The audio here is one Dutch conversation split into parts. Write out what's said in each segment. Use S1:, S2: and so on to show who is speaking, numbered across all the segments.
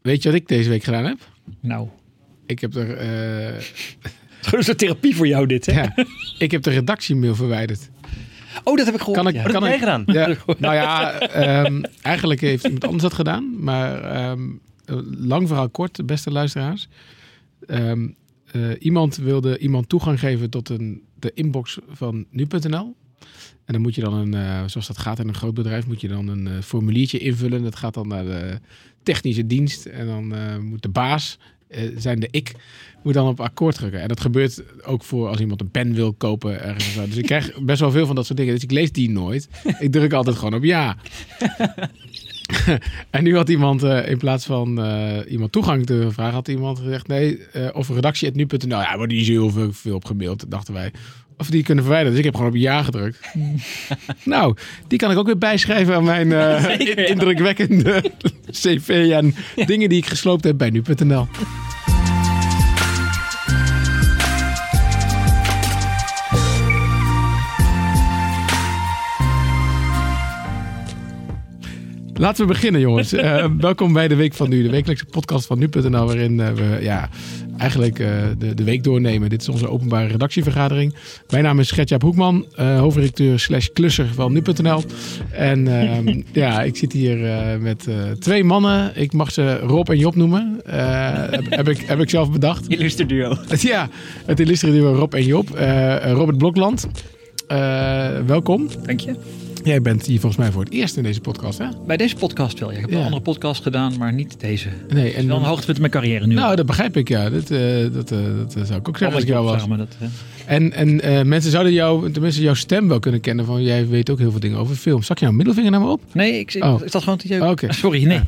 S1: Weet je wat ik deze week gedaan heb?
S2: Nou,
S1: Ik heb er...
S2: het is een soort therapie voor jou dit, hè?
S1: ja, ik heb de redactiemail verwijderd.
S2: Oh, dat heb ik gehoord.
S1: Kan ik-
S3: Wat heb jij gedaan?
S1: Ja, nou ja, eigenlijk heeft iemand anders dat gedaan. Maar lang verhaal kort, beste luisteraars. Iemand wilde iemand toegang geven tot de inbox van nu.nl. En dan moet je dan zoals dat gaat in een groot bedrijf, moet je dan een formuliertje invullen. Dat gaat dan naar de technische dienst. En dan moet de baas, zijnde ik, moet dan op akkoord drukken. En dat gebeurt ook voor als iemand een pen wil kopen ergens. Of zo. Dus ik krijg best wel veel van dat soort dingen. Dus ik lees die nooit. Ik druk altijd gewoon op ja. En nu had iemand, in plaats van iemand toegang te vragen, had iemand gezegd nee, of redactie@nu.nl. Ja, maar die is heel veel op gemaild, dachten wij. Of die kunnen verwijderen. Dus ik heb gewoon op ja gedrukt. Nou, die kan ik ook weer bijschrijven aan mijn indrukwekkende cv en dingen die ik gesloopt heb bij nu.nl. Laten we beginnen, jongens. Welkom bij de Week van Nu, de wekelijkse podcast van nu.nl, waarin we eigenlijk de week doornemen. Dit is onze openbare redactievergadering. Mijn naam is Gert-Jaap Hoekman, hoofdredacteur / klusser van nu.nl. En ik zit hier met twee mannen. Ik mag ze Rob en Job noemen. Heb ik zelf bedacht.
S3: Illustre duo.
S1: Ja, het illustre duo Rob en Job. Robert Blokland, welkom.
S2: Dank je.
S1: Jij bent hier volgens mij voor het eerst in deze podcast, hè?
S2: Bij deze podcast wel. Ja. Ik heb wel een andere podcast gedaan, maar niet deze.
S1: Nee,
S2: Het is wel een hoogtepunt in mijn carrière nu.
S1: Nou, dat begrijp ik, ja. Dat zou ik ook zeggen als ik jou was.
S2: Samen,
S1: En mensen zouden tenminste jouw stem wel kunnen kennen van jij weet ook heel veel dingen over film. Zak je nou een middelvinger naar me op?
S2: Nee, ik zat gewoon te jeuken.
S1: Oké.
S2: Sorry, nee.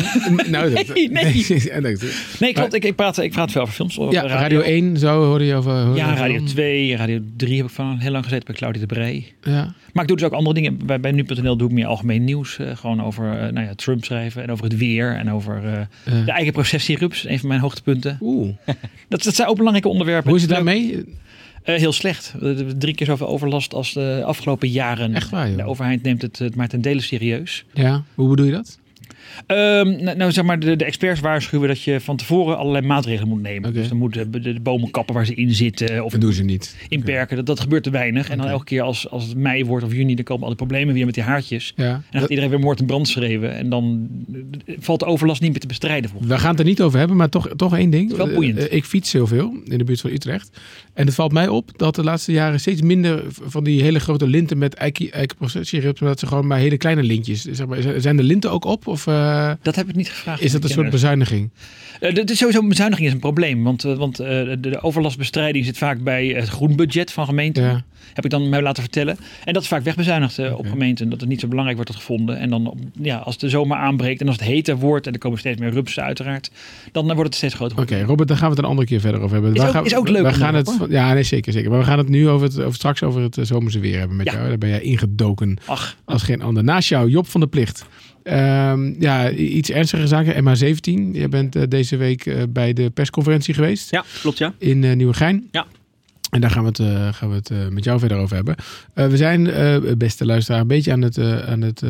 S1: Nee,
S2: klopt. Ik praat veel over films.
S1: Ja, Radio 1, zo hoorde je over.
S2: Ja, Radio 2, Radio 3 heb ik van heel lang gezeten bij Claudia de Brij.
S1: Ja.
S2: Maar ik doe dus ook andere dingen. Bij nu.nl doe ik meer algemeen nieuws. Gewoon over Trump schrijven en over het weer. En over de eigen processierups. Een van mijn hoogtepunten.
S1: Oeh.
S2: Dat zijn ook belangrijke onderwerpen.
S1: Hoe is het daarmee?
S2: Heel slecht. 3 keer zoveel overlast als de afgelopen jaren.
S1: Echt waar, joh?
S2: De overheid neemt het maar ten dele serieus.
S1: Ja, hoe bedoel je dat?
S2: Zeg maar, de experts waarschuwen dat je van tevoren allerlei maatregelen moet nemen.
S1: Okay.
S2: Dus dan moeten de bomen kappen waar ze in zitten. Of
S1: Dat doen ze niet.
S2: inperken. Dat gebeurt te weinig. En dan elke keer als het mei wordt of juni, dan komen al die problemen weer met die haartjes.
S1: Ja.
S2: En dan gaat iedereen weer moord en brand schreeuwen. En dan valt de overlast niet meer te bestrijden.
S1: We gaan het er niet over hebben, maar toch één ding.
S2: Het is wel boeiend.
S1: Ik fiets heel veel in de buurt van Utrecht. En het valt mij op dat de laatste jaren steeds minder van die hele grote linten met eikenprocessierups, maar dat ze gewoon maar hele kleine lintjes. Zeg maar, zijn de linten ook op? Of,
S2: Dat heb ik niet gevraagd.
S1: is dat een soort bezuiniging?
S2: Sowieso een bezuiniging is een probleem. Want de overlastbestrijding zit vaak bij het groenbudget van gemeenten.
S1: Ja.
S2: Heb ik dan mij laten vertellen. En dat is vaak wegbezuinigd op gemeenten. Dat het niet zo belangrijk wordt gevonden. En dan als de zomer aanbreekt en als het heter wordt. En er komen steeds meer rupsen uiteraard. Dan wordt het steeds groter.
S1: Oké, Robert, daar gaan we het een andere keer verder over hebben.
S2: Is ook leuk.
S1: We gaan het, ja, nee, zeker. Maar we gaan het nu straks over het zomerse weer hebben met jou. Daar ben jij ingedoken als geen ander. Naast jou, Job van der Plicht. Iets ernstige zaken. MH17. Je bent deze week bij de persconferentie geweest.
S3: Ja, klopt ja.
S1: In Nieuwegein.
S3: Ja.
S1: En daar gaan we het met jou verder over hebben. We zijn, beste luisteraar, een beetje aan het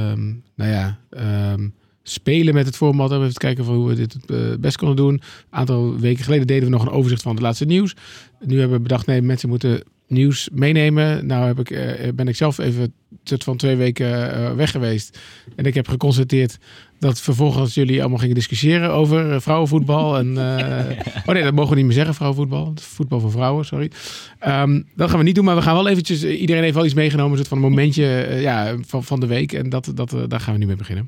S1: spelen met het format. We even kijken hoe we dit het best konden doen. Een aantal weken geleden deden we nog een overzicht van het laatste nieuws. Nu hebben we bedacht, nee, mensen moeten nieuws meenemen. Nou ben ik zelf even van 2 weken weg geweest. En ik heb geconstateerd dat vervolgens jullie allemaal gingen discussiëren over vrouwenvoetbal. En, dat mogen we niet meer zeggen, vrouwenvoetbal. Voetbal voor vrouwen, sorry. Dat gaan we niet doen, maar we gaan wel eventjes. Iedereen heeft wel iets meegenomen, een soort van een momentje van de week. En daar gaan we nu mee beginnen.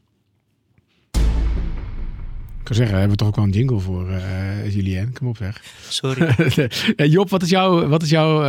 S1: Ik zou zeggen, hebben we toch ook wel een jingle voor Julien. Kom op zeg.
S3: Sorry.
S1: Job, wat is jouw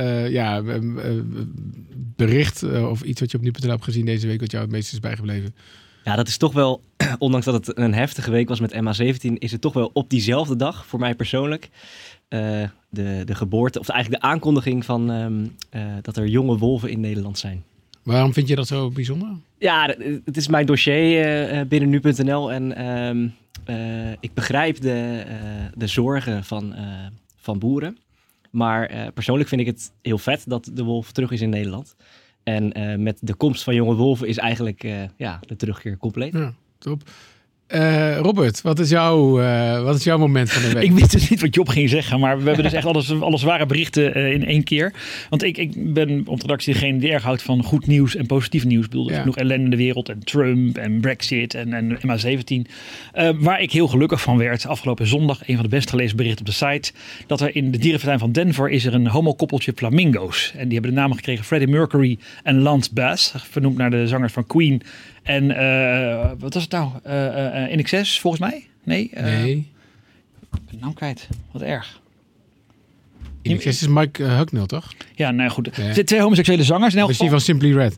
S1: bericht of iets wat je op nu.nl hebt gezien deze week wat jou het meest is bijgebleven?
S3: Ja, dat is toch wel, ondanks dat het een heftige week was met MH17, is het toch wel op diezelfde dag, voor mij persoonlijk, de geboorte, of eigenlijk de aankondiging van dat er jonge wolven in Nederland zijn.
S1: Waarom vind je dat zo bijzonder?
S3: Ja, het is mijn dossier binnen nu.nl en ik begrijp de zorgen van boeren. Maar persoonlijk vind ik het heel vet dat de wolf terug is in Nederland. En met de komst van jonge wolven is eigenlijk de terugkeer compleet.
S1: Ja, top. Robert, wat is jouw moment van de week?
S2: Ik wist dus niet wat Job ging zeggen, maar we hebben dus echt alle zware berichten in één keer. Want ik ben op de redactie degene die erg houdt van goed nieuws en positief nieuws. Ik bedoel, er is genoeg ellende in de wereld en Trump en Brexit en MH17. Waar ik heel gelukkig van werd afgelopen zondag, een van de best gelezen berichten op de site, dat er in de dierentuin van Denver is er een homokoppeltje flamingo's. En die hebben de namen gekregen Freddie Mercury en Lance Bass, vernoemd naar de zangers van Queen. En wat was het nou? In Excess, volgens mij? Nee.
S1: Nee.
S2: Ik ben de naam kwijt. Wat erg.
S1: In Excess is Mike Hucknall, toch?
S2: Ja, nou goed.
S1: Nee.
S2: Er zijn 2 homoseksuele zangers. In elk
S1: Is die
S2: geval.
S1: van Simply Red?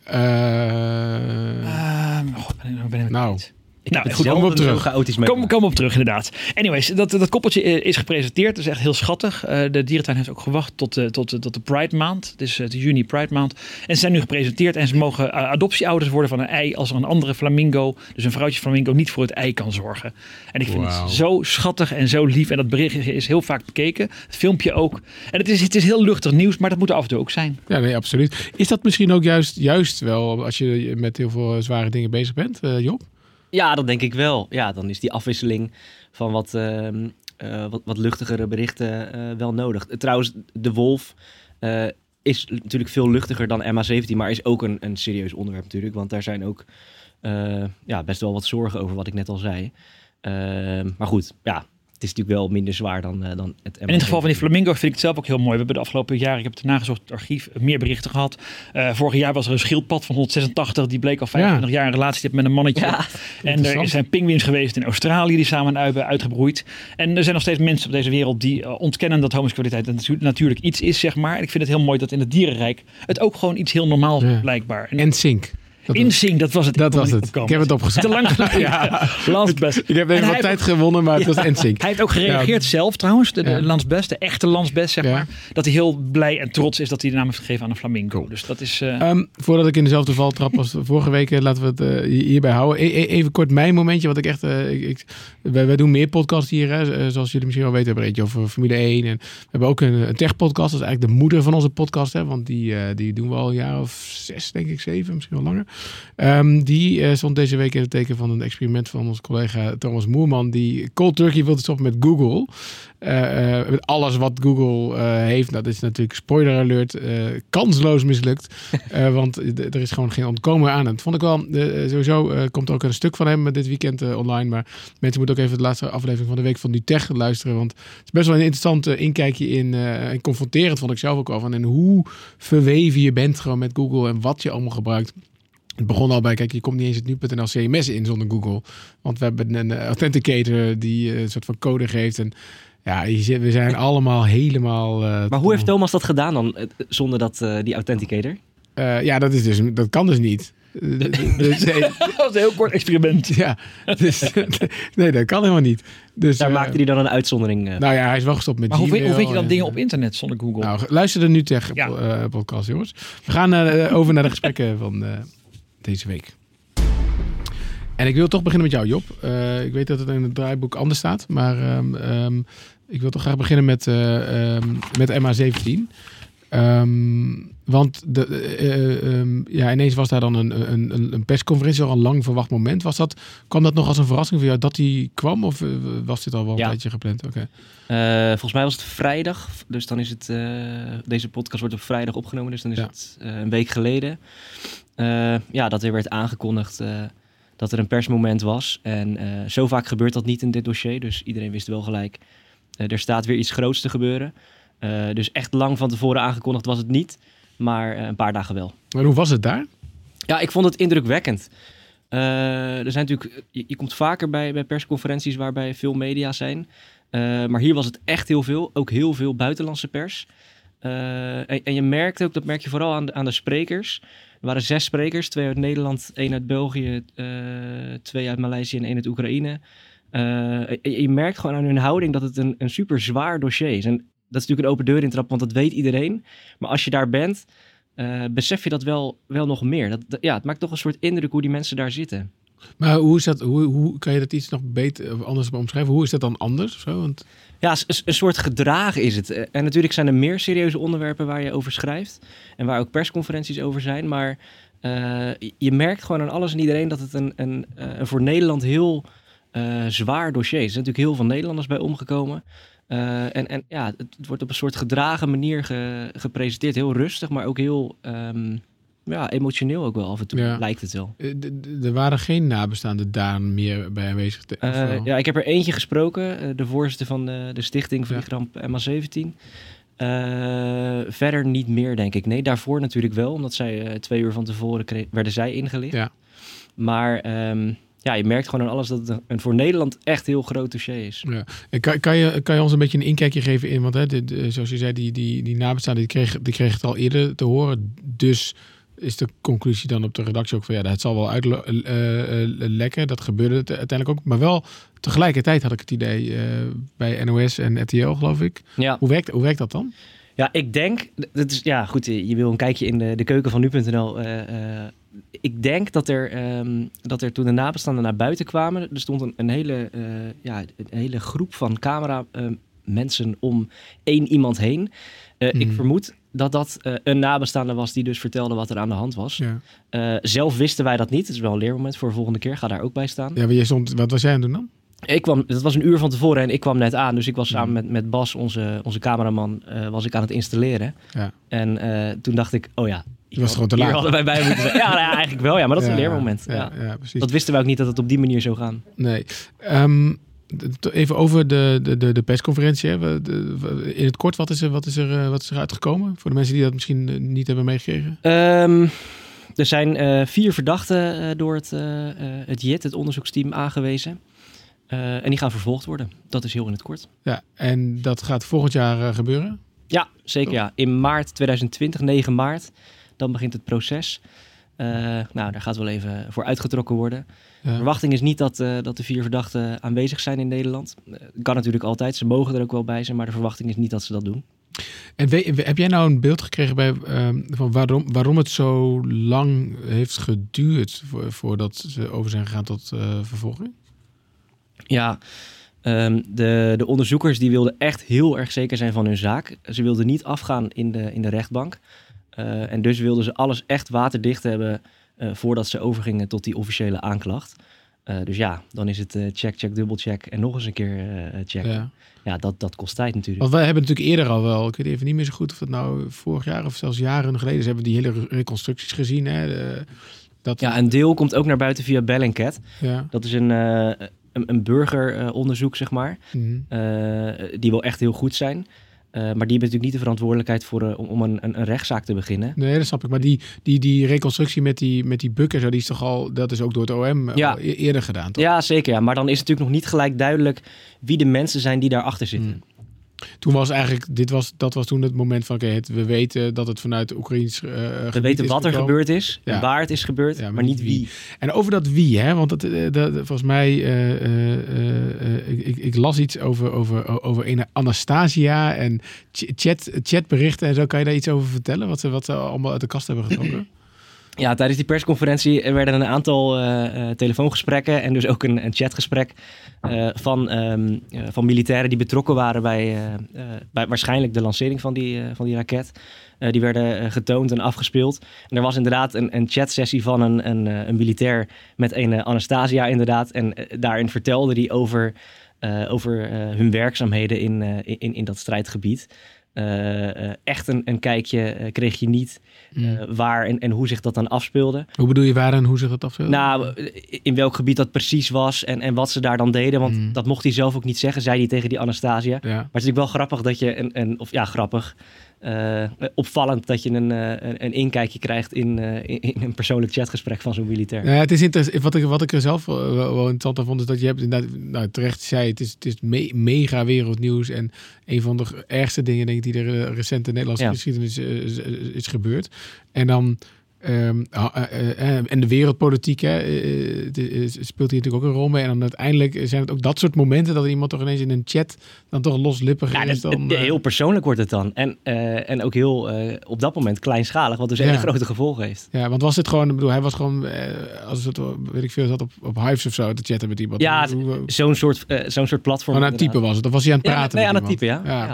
S2: Ben ik
S1: Nou.
S2: goed.
S1: Kom op terug.
S3: Zo chaotisch mee.
S2: Kom op terug, inderdaad. Anyways, dat koppeltje is gepresenteerd. Dat is echt heel schattig. De dierentuin heeft ook gewacht tot de Pride maand. Het is de juni Pride maand. En ze zijn nu gepresenteerd en ze mogen adoptieouders worden van een ei als er een andere flamingo, dus een vrouwtje flamingo, niet voor het ei kan zorgen. En ik vind het zo schattig en zo lief. En dat bericht is heel vaak bekeken. Het filmpje ook. En het is heel luchtig nieuws, maar dat moet er af en toe ook zijn.
S1: Ja, nee, absoluut. Is dat misschien ook juist wel als je met heel veel zware dingen bezig bent, Job?
S3: Ja, dat denk ik wel. Ja, dan is die afwisseling van wat luchtigere berichten wel nodig. Trouwens, de wolf is natuurlijk veel luchtiger dan MH17, maar is ook een serieus onderwerp natuurlijk. Want daar zijn ook best wel wat zorgen over wat ik net al zei. Maar goed, ja. Het is natuurlijk wel minder zwaar dan het MH17.
S2: En in het geval van die flamingo vind ik het zelf ook heel mooi. We hebben de afgelopen jaren, ik heb het nagezocht, het archief, meer berichten gehad. Vorig jaar was er een schildpad van 186. Die bleek al 25 jaar een relatie te hebben met een mannetje.
S3: Ja,
S2: en er zijn pinguïns geweest in Australië die samen hebben uitgebroeid. En er zijn nog steeds mensen op deze wereld die ontkennen dat homoseksualiteit natuurlijk iets is, zeg maar. En ik vind het heel mooi dat in het dierenrijk het ook gewoon iets heel normaals blijkbaar.
S1: En Sync.
S2: InSync, dat was het.
S1: Dat was het. Ik heb het opgezocht.
S2: Te lang geleden.
S1: Ja.
S2: Lance Bass.
S1: Ik heb even wat tijd gewonnen, maar het was NSYNC.
S2: Hij heeft ook gereageerd zelf trouwens, de Lance Bass, de echte Lance Bass, zeg maar. Dat hij heel blij en trots is dat hij de naam heeft gegeven aan een flamingo. Dus dat is...
S1: Voordat ik in dezelfde val trap als vorige week, laten we het hierbij houden. Even kort mijn momentje, wat ik echt... wij doen meer podcasts hier, hè, zoals jullie misschien wel weten. We hebben eentje over Formule 1. En we hebben ook een tech-podcast. Dat is eigenlijk de moeder van onze podcast, hè, want die doen we al een jaar of 6, denk ik, 7, misschien wel langer. Die stond deze week in het teken van een experiment van onze collega Thomas Moerman, die cold turkey wilde stoppen met Google. Met alles wat Google heeft, dat is natuurlijk spoiler alert, kansloos mislukt. Want er is gewoon geen ontkomen aan. En dat vond ik wel, sowieso komt er ook een stuk van hem dit weekend online. Maar mensen moeten ook even de laatste aflevering van de Week van NuTech luisteren. Want het is best wel een interessant inkijkje in, en confronterend vond ik zelf ook wel van. En hoe verweven je bent gewoon met Google en wat je allemaal gebruikt. Het begon al bij, kijk, je komt niet eens het nu.nl CMS in zonder Google. Want we hebben een authenticator die een soort van code geeft. En ja, we zijn allemaal helemaal...
S3: maar hoe heeft Thomas dat gedaan dan, zonder die authenticator?
S1: Dat kan dus niet.
S2: Dat was een heel kort experiment.
S1: Ja, nee, dat kan helemaal niet. Dus,
S3: daar maakte hij dan een uitzondering.
S1: Nou ja, hij is wel gestopt met Gmail.
S2: Maar hoe vind je dan dingen op internet zonder Google?
S1: Nou, luister de NuTech podcast, jongens. We gaan over naar de gesprekken van deze week. En ik wil toch beginnen met jou, Job. Ik weet dat het in het draaiboek anders staat, maar ik wil toch graag beginnen met MH17. Want ineens was daar dan een persconferentie, al een lang verwacht moment. Kwam dat nog als een verrassing voor jou dat die kwam? Of was dit al wel een tijdje gepland? Okay.
S3: Volgens mij was het vrijdag. Dus dan is het... deze podcast wordt op vrijdag opgenomen. Dus dan is het een week geleden. Dat er werd aangekondigd dat er een persmoment was. En zo vaak gebeurt dat niet in dit dossier. Dus iedereen wist wel gelijk. Er staat weer iets groots te gebeuren. Dus echt lang van tevoren aangekondigd was het niet. Maar een paar dagen wel.
S1: Maar hoe was het daar?
S3: Ja, ik vond het indrukwekkend. Er zijn natuurlijk, je komt vaker bij persconferenties waarbij veel media zijn. Maar hier was het echt heel veel. Ook heel veel buitenlandse pers. En je merkt ook, dat merk je vooral aan de sprekers. Er waren 6 sprekers. 2 uit Nederland, 1 uit België, 2 uit Maleisië en 1 uit Oekraïne. Je merkt gewoon aan hun houding dat het een super zwaar dossier is. En dat is natuurlijk een open deur intrap, want dat weet iedereen. Maar als je daar bent, besef je dat wel nog meer. Het maakt toch een soort indruk hoe die mensen daar zitten.
S1: Maar hoe is dat? Hoe kan je dat iets nog beter of anders omschrijven? Hoe is dat dan anders? Of zo? Want...
S3: Ja, een soort gedragen is het. En natuurlijk zijn er meer serieuze onderwerpen waar je over schrijft. En waar ook persconferenties over zijn. Maar je merkt gewoon aan alles en iedereen dat het een voor Nederland heel zwaar dossier. Er zijn natuurlijk heel veel Nederlanders bij omgekomen. En ja, het wordt op een soort gedragen manier gepresenteerd. Heel rustig, maar ook heel emotioneel ook wel af en toe, lijkt het wel.
S1: Er waren geen nabestaanden daar meer bij aanwezig?
S3: Ik heb er eentje gesproken. De voorzitter van de stichting Vliegramp MH17. Verder niet meer, denk ik. Nee, daarvoor natuurlijk wel. Omdat zij 2 uur van tevoren werden zij ingelicht. Ja. Maar je merkt gewoon aan alles dat het een voor Nederland echt heel groot dossier is. Ja.
S1: En kan je ons een beetje een inkijkje geven in? Want zoals je zei, die nabestaanden die kreeg het al eerder te horen. Dus is de conclusie dan op de redactie ook van het zal wel uitlekken. Dat gebeurde het uiteindelijk ook. Maar wel tegelijkertijd had ik het idee bij NOS en RTL, geloof ik. Ja. Hoe werkt dat dan?
S3: Ja, ik denk, dat is, goed, je wil een kijkje in de keuken van nu.nl. Ik denk dat er toen de nabestaanden naar buiten kwamen, er stond een hele groep van camera mensen om 1 iemand heen. Ik vermoed dat een nabestaande was die dus vertelde wat er aan de hand was. Ja. Zelf wisten wij dat niet. Het is wel een leermoment voor de volgende keer. Ga daar ook bij staan.
S1: Ja, wat was jij aan het doen dan?
S3: Dat was 1 uur van tevoren en ik kwam net aan. Dus ik was samen met Bas, onze cameraman, was ik aan het installeren. Ja. En toen dacht ik, hier hadden wij bij moeten zijn. Ja, eigenlijk wel. Ja, maar dat is een leermoment. Ja, precies. Dat wisten wij ook niet dat het op die manier zou gaan.
S1: Nee. Even over de persconferentie. Hè. In het kort, wat is er uitgekomen? Voor de mensen die dat misschien niet hebben meegekregen.
S3: Er zijn 4 verdachten door het JIT, het onderzoeksteam, aangewezen. En die gaan vervolgd worden. Dat is heel in het kort. Ja,
S1: en dat gaat volgend jaar gebeuren?
S3: Ja, zeker. Ja. In maart 2020, 9 maart, dan begint het proces. Daar gaat wel even voor uitgetrokken worden. Ja. De verwachting is niet dat de 4 verdachten aanwezig zijn in Nederland. Kan natuurlijk altijd, ze mogen er ook wel bij zijn, maar de verwachting is niet dat ze dat doen.
S1: En heb jij nou een beeld gekregen van waarom het zo lang heeft geduurd voordat ze over zijn gegaan tot vervolging?
S3: Ja, de onderzoekers die wilden echt heel erg zeker zijn van hun zaak. Ze wilden niet afgaan in de rechtbank. En dus wilden ze alles echt waterdicht hebben voordat ze overgingen tot die officiële aanklacht. Dus dan is het check, dubbelcheck en nog eens een keer checken. Ja, dat kost tijd natuurlijk.
S1: Want wij hebben natuurlijk eerder al wel, ik weet even niet meer zo goed of het nou vorig jaar of zelfs jaren geleden is, hebben we die hele reconstructies gezien. Hè?
S3: Een deel komt ook naar buiten via Bellingcat. Ja. Dat is een burgeronderzoek, zeg maar. Mm-hmm. Die wil echt heel goed zijn. Maar die hebben natuurlijk niet de verantwoordelijkheid om een rechtszaak te beginnen.
S1: Nee, dat snap ik. Maar die reconstructie met die bukken, die is toch al, dat is ook door het OM eerder gedaan, toch?
S3: Ja, zeker. Ja. Maar dan is het natuurlijk nog niet gelijk duidelijk wie de mensen zijn die daarachter zitten.
S1: Toen was eigenlijk, dat was toen het moment van, we weten dat het vanuit Oekraïens
S3: we weten wat er gebeurd is, en waar het is gebeurd, maar niet wie.
S1: En over dat wie, hè, want volgens mij, ik las iets over een Anastasia en chatberichten en zo. Kan je daar iets over vertellen, wat ze allemaal uit de kast hebben getrokken?
S3: Ja, tijdens die persconferentie werden een aantal telefoongesprekken en dus ook een chatgesprek van militairen die betrokken waren bij waarschijnlijk de lancering van die raket. Die werden getoond en afgespeeld. En er was inderdaad een chatsessie van een militair met een Anastasia inderdaad. En daarin vertelde hij over hun werkzaamheden in dat strijdgebied. Echt een kijkje kreeg je niet waar en hoe zich dat dan afspeelde.
S1: Hoe bedoel je waar en hoe zich dat afspeelde?
S3: Nou, in welk gebied dat precies was en wat ze daar dan deden. Want dat mocht hij zelf ook niet zeggen, zei hij tegen die Anastasia. Ja. Maar het is natuurlijk wel grappig dat je opvallend dat je een inkijkje krijgt in een persoonlijk chatgesprek van zo'n militair.
S1: Ja, het is interessant. Wat ik er zelf wel interessant aan vond, is dat je hebt inderdaad, terecht zei, het is mega wereldnieuws en een van de ergste dingen, denk ik, die er recent in Nederlandse geschiedenis is gebeurd. En dan en de wereldpolitiek speelt hier natuurlijk ook een rol mee. En dan uiteindelijk zijn het ook dat soort momenten dat iemand toch ineens in een chat dan toch loslippig is.
S3: Heel persoonlijk wordt het dan. En ook heel op dat moment kleinschalig, wat dus hele grote gevolgen heeft.
S1: Ja, want was het gewoon, hij was gewoon, als het, weet ik veel, zat op Hives of zo te chatten met iemand.
S3: Ja, zo'n soort platform.
S1: Aan het typen was het, of was hij aan het praten?
S3: Nee, aan het typen, ja.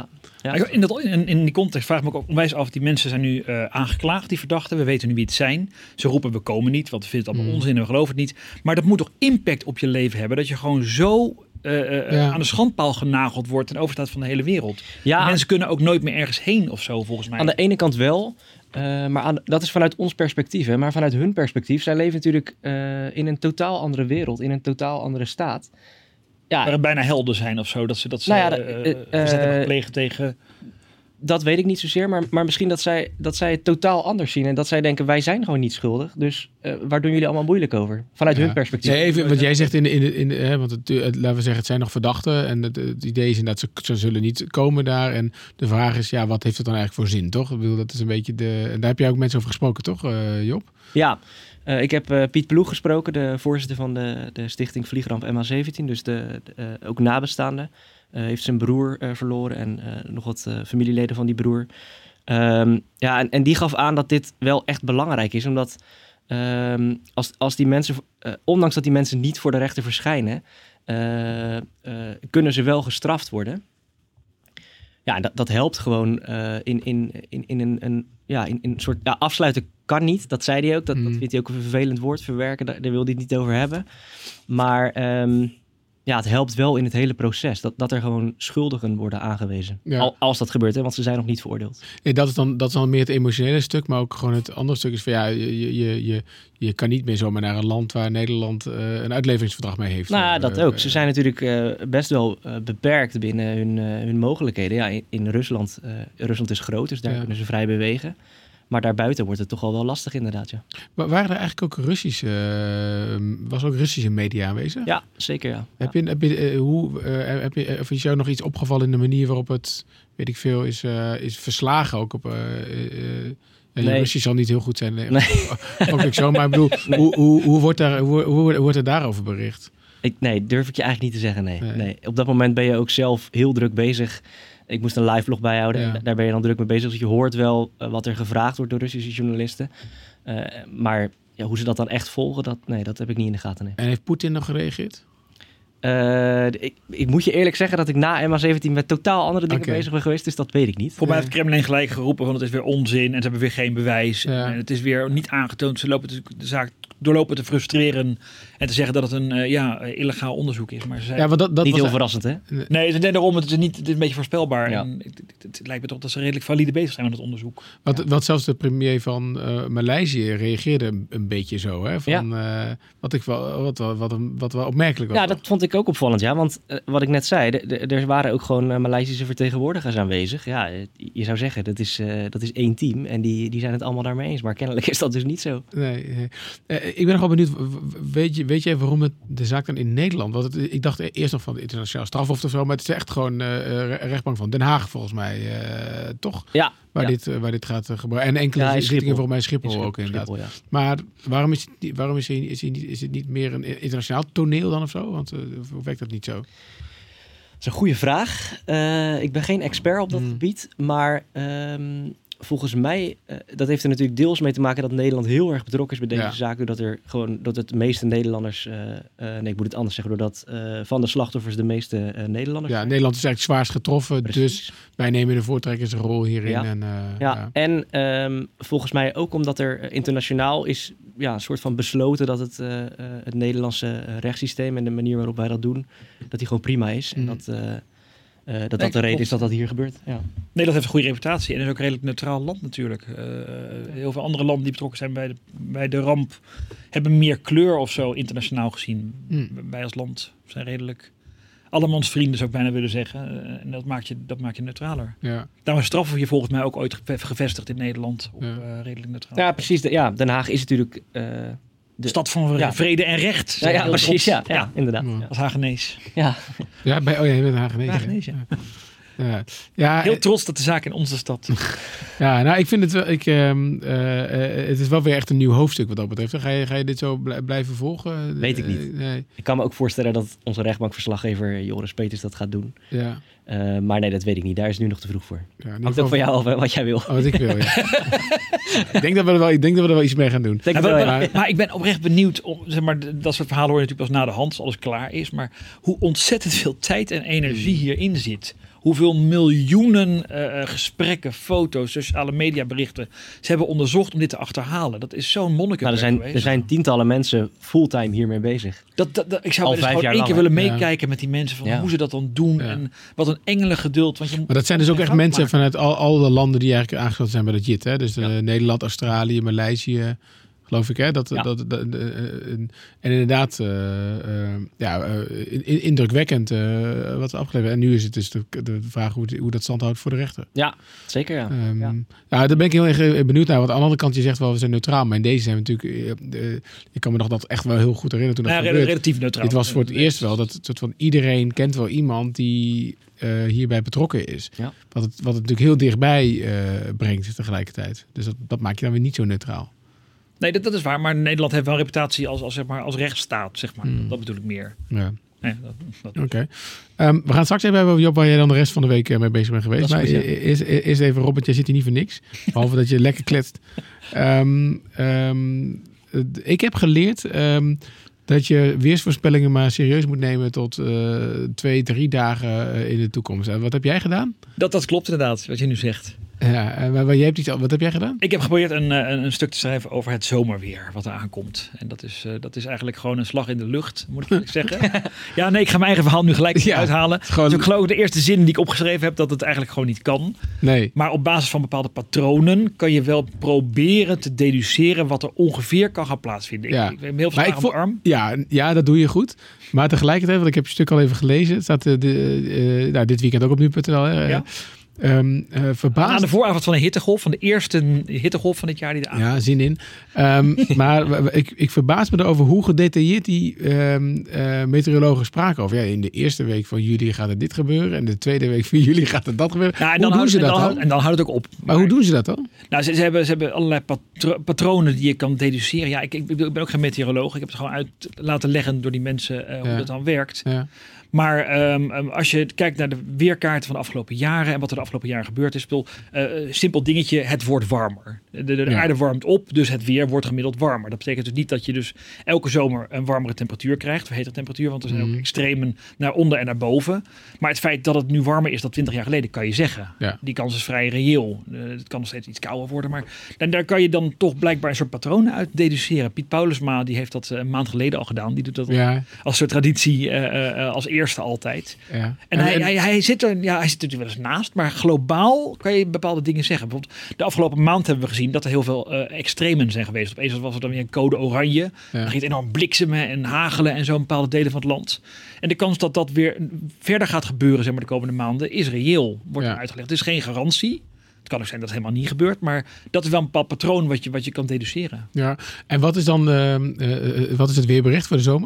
S3: Ja.
S2: In die context vraag ik me ook onwijs af. Die mensen zijn nu aangeklaagd, die verdachten. We weten nu wie het zijn. Ze roepen we komen niet, want we vinden het allemaal onzin en we geloven het niet. Maar dat moet toch impact op je leven hebben? Dat je gewoon zo aan de schandpaal genageld wordt ten overstaat van de hele wereld. Ja. Mensen kunnen ook nooit meer ergens heen of zo, volgens mij.
S3: Aan de ene kant wel. Maar dat is vanuit ons perspectief. Hè? Maar vanuit hun perspectief. Zij leven natuurlijk in een totaal andere wereld. In een totaal andere staat. Ja.
S2: Waar het bijna helden zijn of zo. Dat ze verzetten plegen tegen...
S3: Dat weet ik niet zozeer. Maar misschien dat zij het totaal anders zien. En dat zij denken, wij zijn gewoon niet schuldig. Dus waar doen jullie allemaal moeilijk over? Vanuit hun perspectief.
S1: Nee, even wat jij zegt want laten we zeggen, het zijn nog verdachten. En het idee is inderdaad, ze zullen niet komen daar. En de vraag is, wat heeft het dan eigenlijk voor zin, toch? Ik bedoel, dat is een beetje en daar heb jij ook mensen over gesproken, toch, Job?
S3: Ja. Ik heb Piet Ploeg gesproken, de voorzitter van de stichting Vliegramp MH17. Dus ook nabestaanden. Heeft zijn broer verloren en nog wat familieleden van die broer. En die gaf aan dat dit wel echt belangrijk is. Omdat als die mensen, ondanks dat die mensen niet voor de rechter verschijnen, kunnen ze wel gestraft worden. Ja, dat helpt gewoon in een soort... Ja, afsluiten kan niet, dat zei hij ook. Dat vindt hij ook een vervelend woord, verwerken. Daar wil hij het niet over hebben. Maar het helpt wel in het hele proces. Dat er gewoon schuldigen worden aangewezen. Ja. Als dat gebeurt, hè, want ze zijn nog niet veroordeeld.
S1: Ja, dat is dan meer het emotionele stuk. Maar ook gewoon het andere stuk is van je kan niet meer zomaar naar een land waar Nederland een uitleveringsverdrag mee heeft.
S3: Nou, dat ook. Ze zijn natuurlijk best wel beperkt binnen hun mogelijkheden. Ja, in Rusland. Rusland is groot, dus daar kunnen ze vrij bewegen. Maar daarbuiten wordt het toch al wel lastig inderdaad, ja.
S1: Waren er eigenlijk ook was ook Russische media aanwezig?
S3: Ja, zeker ja.
S1: Is jou nog iets opgevallen in de manier waarop het, weet ik veel, is verslagen ook op...
S3: Nee.
S1: Russisch zal niet heel goed zijn. Ook zo, maar ik bedoel, hoe wordt er daarover bericht?
S3: Durf ik je eigenlijk niet te zeggen, nee. Op dat moment ben je ook zelf heel druk bezig. Ik moest een live blog bijhouden. Ja. En daar ben je dan druk mee bezig. Dus je hoort wel wat er gevraagd wordt door Russische journalisten. Maar hoe ze dat dan echt volgen, dat heb ik niet in de gaten. Nee.
S1: En heeft Poetin nog gereageerd?
S3: Ik moet je eerlijk zeggen dat ik na MH17 met totaal andere dingen bezig ben geweest. Dus dat weet ik niet.
S2: Voor mij heeft Kremlin gelijk geroepen van het is weer onzin. En ze hebben weer geen bewijs. Ja. En het is weer niet aangetoond. Ze lopen de zaak doorlopen te frustreren en te zeggen dat het een illegaal onderzoek is. Maar ze zijn
S3: dat niet heel verrassend, hè?
S2: Nee, daarom, het is een beetje voorspelbaar. Ja. En het lijkt me toch dat ze redelijk valide bezig zijn met het onderzoek.
S1: Wat zelfs de premier van Maleisië reageerde een beetje zo, hè? Wat wel opmerkelijk was.
S3: Ja, dat vond ik ook opvallend, ja. Want wat ik net zei, er waren ook gewoon Maleisische vertegenwoordigers aanwezig. Ja, je zou zeggen, dat is één team en die zijn het allemaal daarmee eens. Maar kennelijk is dat dus niet zo.
S1: Nee. Ik ben nog wel benieuwd, weet je waarom de zaak dan in Nederland? Want ik dacht eerst nog van de internationaal strafhof of zo, maar het is echt gewoon rechtbank van Den Haag volgens mij, toch?
S3: Ja.
S1: Waar dit gaat gebeuren. En enkele zittingen voor mij Schiphol ook inderdaad. Schiphol, ja. Maar waarom is het niet meer een internationaal toneel dan of zo? Want hoe werkt dat niet zo?
S3: Dat is een goede vraag. Ik ben geen expert op dat gebied, maar volgens mij, dat heeft er natuurlijk deels mee te maken dat Nederland heel erg betrokken is bij deze zaak. Doordat het meeste Nederlanders, ik moet het anders zeggen, doordat van de slachtoffers de meeste Nederlanders zijn.
S1: Nederland is eigenlijk zwaarst getroffen, precies. Dus wij nemen de voortrekkersrol hierin.
S3: Ja. En volgens mij ook omdat er internationaal is een soort van besloten dat het Nederlandse rechtssysteem en de manier waarop wij dat doen, dat die gewoon prima is. En dat de reden is dat hier gebeurt. Ja.
S2: Nederland heeft een goede reputatie en is ook een redelijk neutraal land natuurlijk. Heel veel andere landen die betrokken zijn bij de ramp hebben meer kleur of zo internationaal gezien. Wij als land zijn redelijk allemans vrienden, zou ik bijna willen zeggen. En dat maakt je neutraler. Ja. Daarom straffen we je volgens mij ook ooit gevestigd in Nederland op redelijk neutraal.
S3: Ja, precies. Den Haag is natuurlijk
S2: de stad van vrede en recht.
S3: Ja, precies. Ja, inderdaad. Ja.
S2: Als Hagenees.
S3: Ja.
S1: Je bent Hagenees.
S2: Hagenees, ja. Ja, heel trots dat de zaak in onze stad.
S1: Ja, nou, ik vind het wel. Het is wel weer echt een nieuw hoofdstuk wat dat betreft. Ga je dit zo blijven volgen?
S3: Weet ik niet. Nee. Ik kan me ook voorstellen dat onze rechtbankverslaggever Joris Peters dat gaat doen. Ja. Maar nee, dat weet ik niet. Daar is nu nog te vroeg voor. Ja, hangt ook van jou af wat jij wil.
S1: Wat ik wil, ja. ik denk dat we er wel iets mee gaan doen.
S2: Maar ik ben oprecht benieuwd. Dat soort verhalen hoor je natuurlijk pas na de hand, als alles klaar is. Maar hoe ontzettend veel tijd en energie hierin zit. Hoeveel hoeveel miljoenen gesprekken, foto's, sociale mediaberichten ze hebben onderzocht om dit te achterhalen. Dat is zo'n monnikenwerk geweest.
S3: Er zijn tientallen mensen fulltime hiermee bezig.
S2: Ik zou dus gewoon 1 keer willen meekijken met die mensen van hoe ze dat dan doen en wat een engelengeduld. Want
S1: maar dat zijn dus ook echt mensen vanuit al de landen die eigenlijk aangesloten zijn bij dat JIT. Hè? Dus Nederland, Australië, Maleisië, geloof ik. Hè? En inderdaad, indrukwekkend wat we afgeleverd. En nu is het dus de vraag hoe dat stand houdt voor de rechter.
S3: Ja, zeker ja.
S1: Daar ben ik heel erg benieuwd naar. Want aan de andere kant, je zegt wel, we zijn neutraal. Maar in deze zijn we natuurlijk... ik kan me nog dat echt wel heel goed herinneren toen dat gebeurde.
S2: Relatief neutraal.
S1: Dit was voor het eerst wel dat het soort van iedereen kent wel iemand die hierbij betrokken is. Ja. Wat het natuurlijk heel dichtbij brengt tegelijkertijd. Dus dat maakt je dan weer niet zo neutraal.
S2: Nee, dat is waar. Maar Nederland heeft wel een reputatie als rechtsstaat, zeg maar. Dat bedoel ik meer.
S1: Ja.
S2: Nee,
S1: Oké. We gaan straks even hebben over Job, waar jij dan de rest van de week mee bezig bent geweest. Maar eerst even, Robert, jij zit hier niet voor niks. Behalve dat je lekker kletst. Ik heb geleerd dat je weersvoorspellingen maar serieus moet nemen tot 2-3 dagen in de toekomst. Wat heb jij gedaan?
S2: Dat klopt inderdaad, wat je nu zegt.
S1: Ja, maar jij hebt wat heb jij gedaan?
S2: Ik heb geprobeerd een stuk te schrijven over het zomerweer wat er aankomt. En dat is eigenlijk gewoon een slag in de lucht, moet ik eerlijk zeggen. Ja, nee, ik ga mijn eigen verhaal nu gelijk uithalen.
S1: Gewoon...
S2: Dus ik geloof de eerste zin die ik opgeschreven heb, dat het eigenlijk gewoon niet kan.
S1: Nee.
S2: Maar op basis van bepaalde patronen kan je wel proberen te deduceren wat er ongeveer kan gaan plaatsvinden.
S1: Ja.
S2: Ik heb heel veel vragen op de arm.
S1: Ja, dat doe je goed. Maar tegelijkertijd, want ik heb je stuk al even gelezen. Het staat dit weekend ook op nu.nl.
S2: Ja.
S1: Verbaasd.
S2: Aan de vooravond van een hittegolf, van de eerste hittegolf van dit jaar die er aankomt.
S1: Ja, zin in. Maar ik verbaas me erover hoe gedetailleerd die meteorologen spraken over. Ja, in de eerste week van juli gaat er dit gebeuren. En de tweede week van juli gaat er dat gebeuren.
S2: Ja, en dan houdt het ook op.
S1: Maar hoe doen ze dat dan?
S2: Nou, ze hebben allerlei patronen die je kan deduceren. Ja, ik ben ook geen meteoroloog. Ik heb het gewoon uit laten leggen door die mensen hoe dat dan werkt. Ja. Maar als je kijkt naar de weerkaarten van de afgelopen jaren en wat er de afgelopen jaren gebeurd is, simpel dingetje, het wordt warmer. De aarde warmt op, dus het weer wordt gemiddeld warmer. Dat betekent dus niet dat je dus elke zomer een warmere temperatuur krijgt, of hetere temperatuur, want er zijn ook extremen naar onder en naar boven. Maar het feit dat het nu warmer is dan 20 jaar geleden, kan je zeggen. Ja. Die kans is vrij reëel. Het kan nog steeds iets kouder worden, maar daar kan je dan toch blijkbaar een soort patronen uit deduceren. Piet Paulusma, die heeft dat een maand geleden al gedaan. Die doet dat als soort traditie als eerste altijd. Ja. En hij zit er natuurlijk wel eens naast, maar globaal kan je bepaalde dingen zeggen. Bijvoorbeeld de afgelopen maand hebben we gezien dat er heel veel extremen zijn geweest. Opeens was er dan weer een code oranje. Ja. Dan ging het enorm bliksemen en hagelen en zo in bepaalde delen van het land. En de kans dat dat weer verder gaat gebeuren, zeg maar, de komende maanden is reëel, wordt uitgelegd. Het is geen garantie. Het kan ook zijn dat het helemaal niet gebeurt, maar dat is wel een bepaald patroon wat je kan deduceren. Ja,
S1: en wat is dan wat is het weerbericht voor de zomer?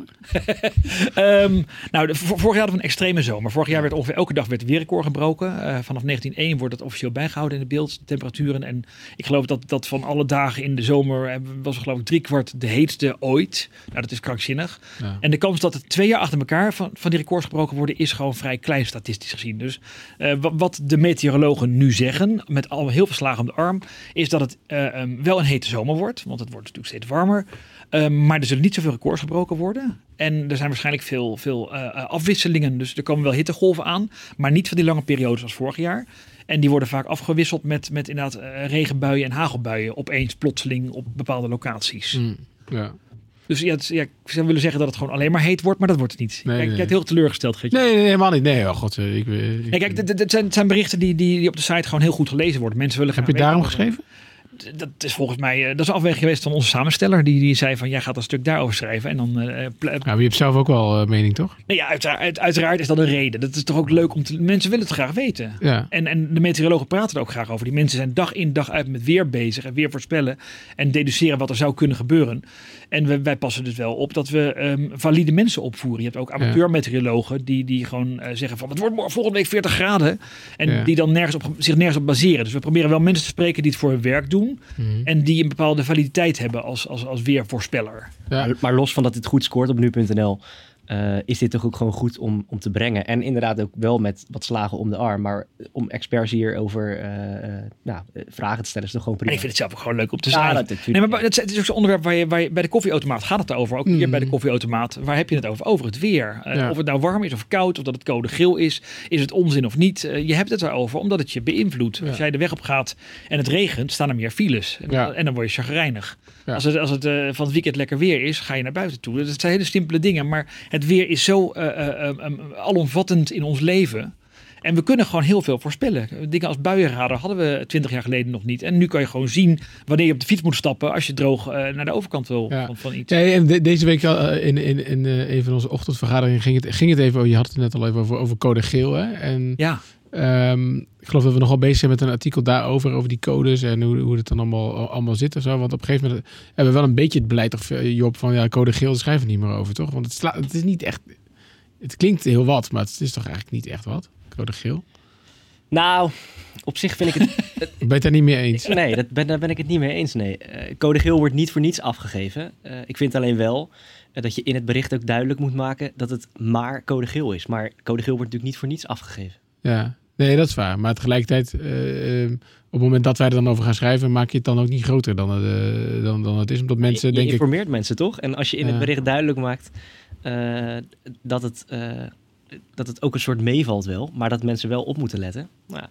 S2: Vorig jaar hadden we een extreme zomer. Vorig jaar werd ongeveer elke dag weer record gebroken. Vanaf 1901 wordt dat officieel bijgehouden in de beeldtemperaturen. En ik geloof dat van alle dagen in de zomer was geloof ik 3/4 de heetste ooit. Nou, dat is krankzinnig. Ja. En de kans dat het 2 jaar achter elkaar van die records gebroken worden is gewoon vrij klein statistisch gezien. Dus wat de meteorologen nu zeggen, met al heel veel slagen om de arm, is dat het wel een hete zomer wordt. Want het wordt natuurlijk steeds warmer. Maar er zullen niet zoveel records gebroken worden. En er zijn waarschijnlijk veel afwisselingen. Dus er komen wel hittegolven aan. Maar niet van die lange periodes als vorig jaar. En die worden vaak afgewisseld met inderdaad regenbuien en hagelbuien. Opeens plotseling op bepaalde locaties.
S1: Ja.
S2: Dus ik zou willen zeggen dat het gewoon alleen maar heet wordt, maar dat wordt het niet. Je kijkt heel teleurgesteld, Geertje.
S1: Nee, helemaal niet. Nee, oh god.
S2: Kijk, het zijn berichten die op de site gewoon heel goed gelezen worden. Mensen willen
S1: Heb je daarom geschreven?
S2: Dat is volgens mij dat is een afweging geweest van onze samensteller. Die zei van, jij gaat een stuk daarover schrijven. En dan,
S1: maar je hebt zelf ook wel mening, toch?
S2: Nee, uiteraard is dat een reden. Dat is toch ook leuk mensen willen het graag weten. Ja. En de meteorologen praten er ook graag over. Die mensen zijn dag in dag uit met weer bezig en weer voorspellen en deduceren wat er zou kunnen gebeuren. En wij passen dus wel op dat we valide mensen opvoeren. Je hebt ook amateur-meteorologen die gewoon zeggen van, het wordt volgende week 40 graden. En die dan zich nergens op baseren. Dus we proberen wel mensen te spreken die het voor hun werk doen. En die een bepaalde validiteit hebben als weervoorspeller.
S3: Ja. Maar los van dat dit goed scoort op nu.nl, is dit toch ook gewoon goed om te brengen. En inderdaad ook wel met wat slagen om de arm. Maar om experts hierover vragen te stellen is toch gewoon prima.
S2: En ik vind het zelf ook gewoon leuk om te zijn.
S3: Ja,
S2: maar het is ook zo'n onderwerp waar je bij de koffieautomaat gaat het over. Ook hier bij de koffieautomaat. Waar heb je het over? Over het weer. Of het nou warm is of koud. Of dat het code geel is. Is het onzin of niet? Je hebt het erover omdat het je beïnvloedt. Als jij de weg op gaat en het regent, staan er meer files. En dan word je chagrijnig. Ja. Als het van het weekend lekker weer is, ga je naar buiten toe. Dat zijn hele simpele dingen. Maar het weer is zo alomvattend in ons leven. En we kunnen gewoon heel veel voorspellen. Dingen als buienradar hadden we 20 jaar geleden nog niet. En nu kan je gewoon zien wanneer je op de fiets moet stappen als je droog naar de overkant wil van iets.
S1: Ja, en deze week in een van onze ochtendvergaderingen ging het even, je had het net al even over code geel. Hè? En ik geloof dat we nogal bezig zijn met een artikel daarover, over die codes en hoe het dan allemaal zit en zo. Want op een gegeven moment hebben we wel een beetje het beleid, of Job, van code geel, daar schrijven we niet meer over, toch? Want het is niet echt, het klinkt heel wat, maar het is toch eigenlijk niet echt wat, code geel?
S3: Nou, op zich vind ik het...
S1: Ben je het daar niet mee eens?
S3: Nee, daar ben ik het niet mee eens, nee. Code geel wordt niet voor niets afgegeven. Ik vind alleen wel dat je in het bericht ook duidelijk moet maken dat het maar code geel is. Maar code geel wordt natuurlijk niet voor niets afgegeven.
S1: Ja, nee, dat is waar. Maar tegelijkertijd, op het moment dat wij er dan over gaan schrijven, maak je het dan ook niet groter dan het is. Omdat mensen
S3: je informeert mensen toch? En als je in het bericht duidelijk maakt dat het ook een soort meevalt wel, maar dat mensen wel op moeten letten.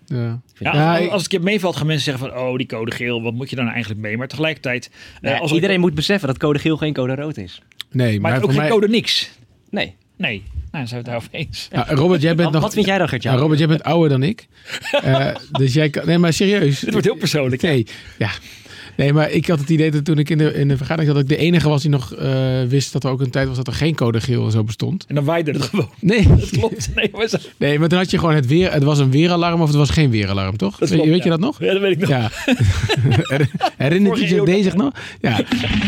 S2: Als het keer meevalt, gaan mensen zeggen van, die code geel, wat moet je dan eigenlijk mee? Maar tegelijkertijd...
S3: iedereen moet beseffen dat code geel geen code rood is.
S1: Nee,
S2: maar ook geen code niks.
S3: Nee.
S2: Nou, zijn we het daarover eens.
S1: Ja, Robert, jij bent
S3: wat vind jij dan, Gert-Jan?
S1: Robert, jij bent ouder dan ik. Dus jij kan... Nee, maar serieus.
S2: Dit wordt heel persoonlijk.
S1: Nee, ja. Nee, maar ik had het idee dat toen ik in de vergadering zat, dat ik de enige was die nog wist dat er ook een tijd was dat er geen code geel en zo bestond.
S2: En dan waaide het gewoon.
S1: Nee.
S2: Dat klopt.
S1: Nee, maar toen had je gewoon het weer. Het was een weeralarm of het was geen weeralarm, toch?
S2: Dat klopt,
S1: weet je dat nog?
S2: Ja, dat weet ik nog.
S1: Ja. Herinnert u zich deze nog? Ja.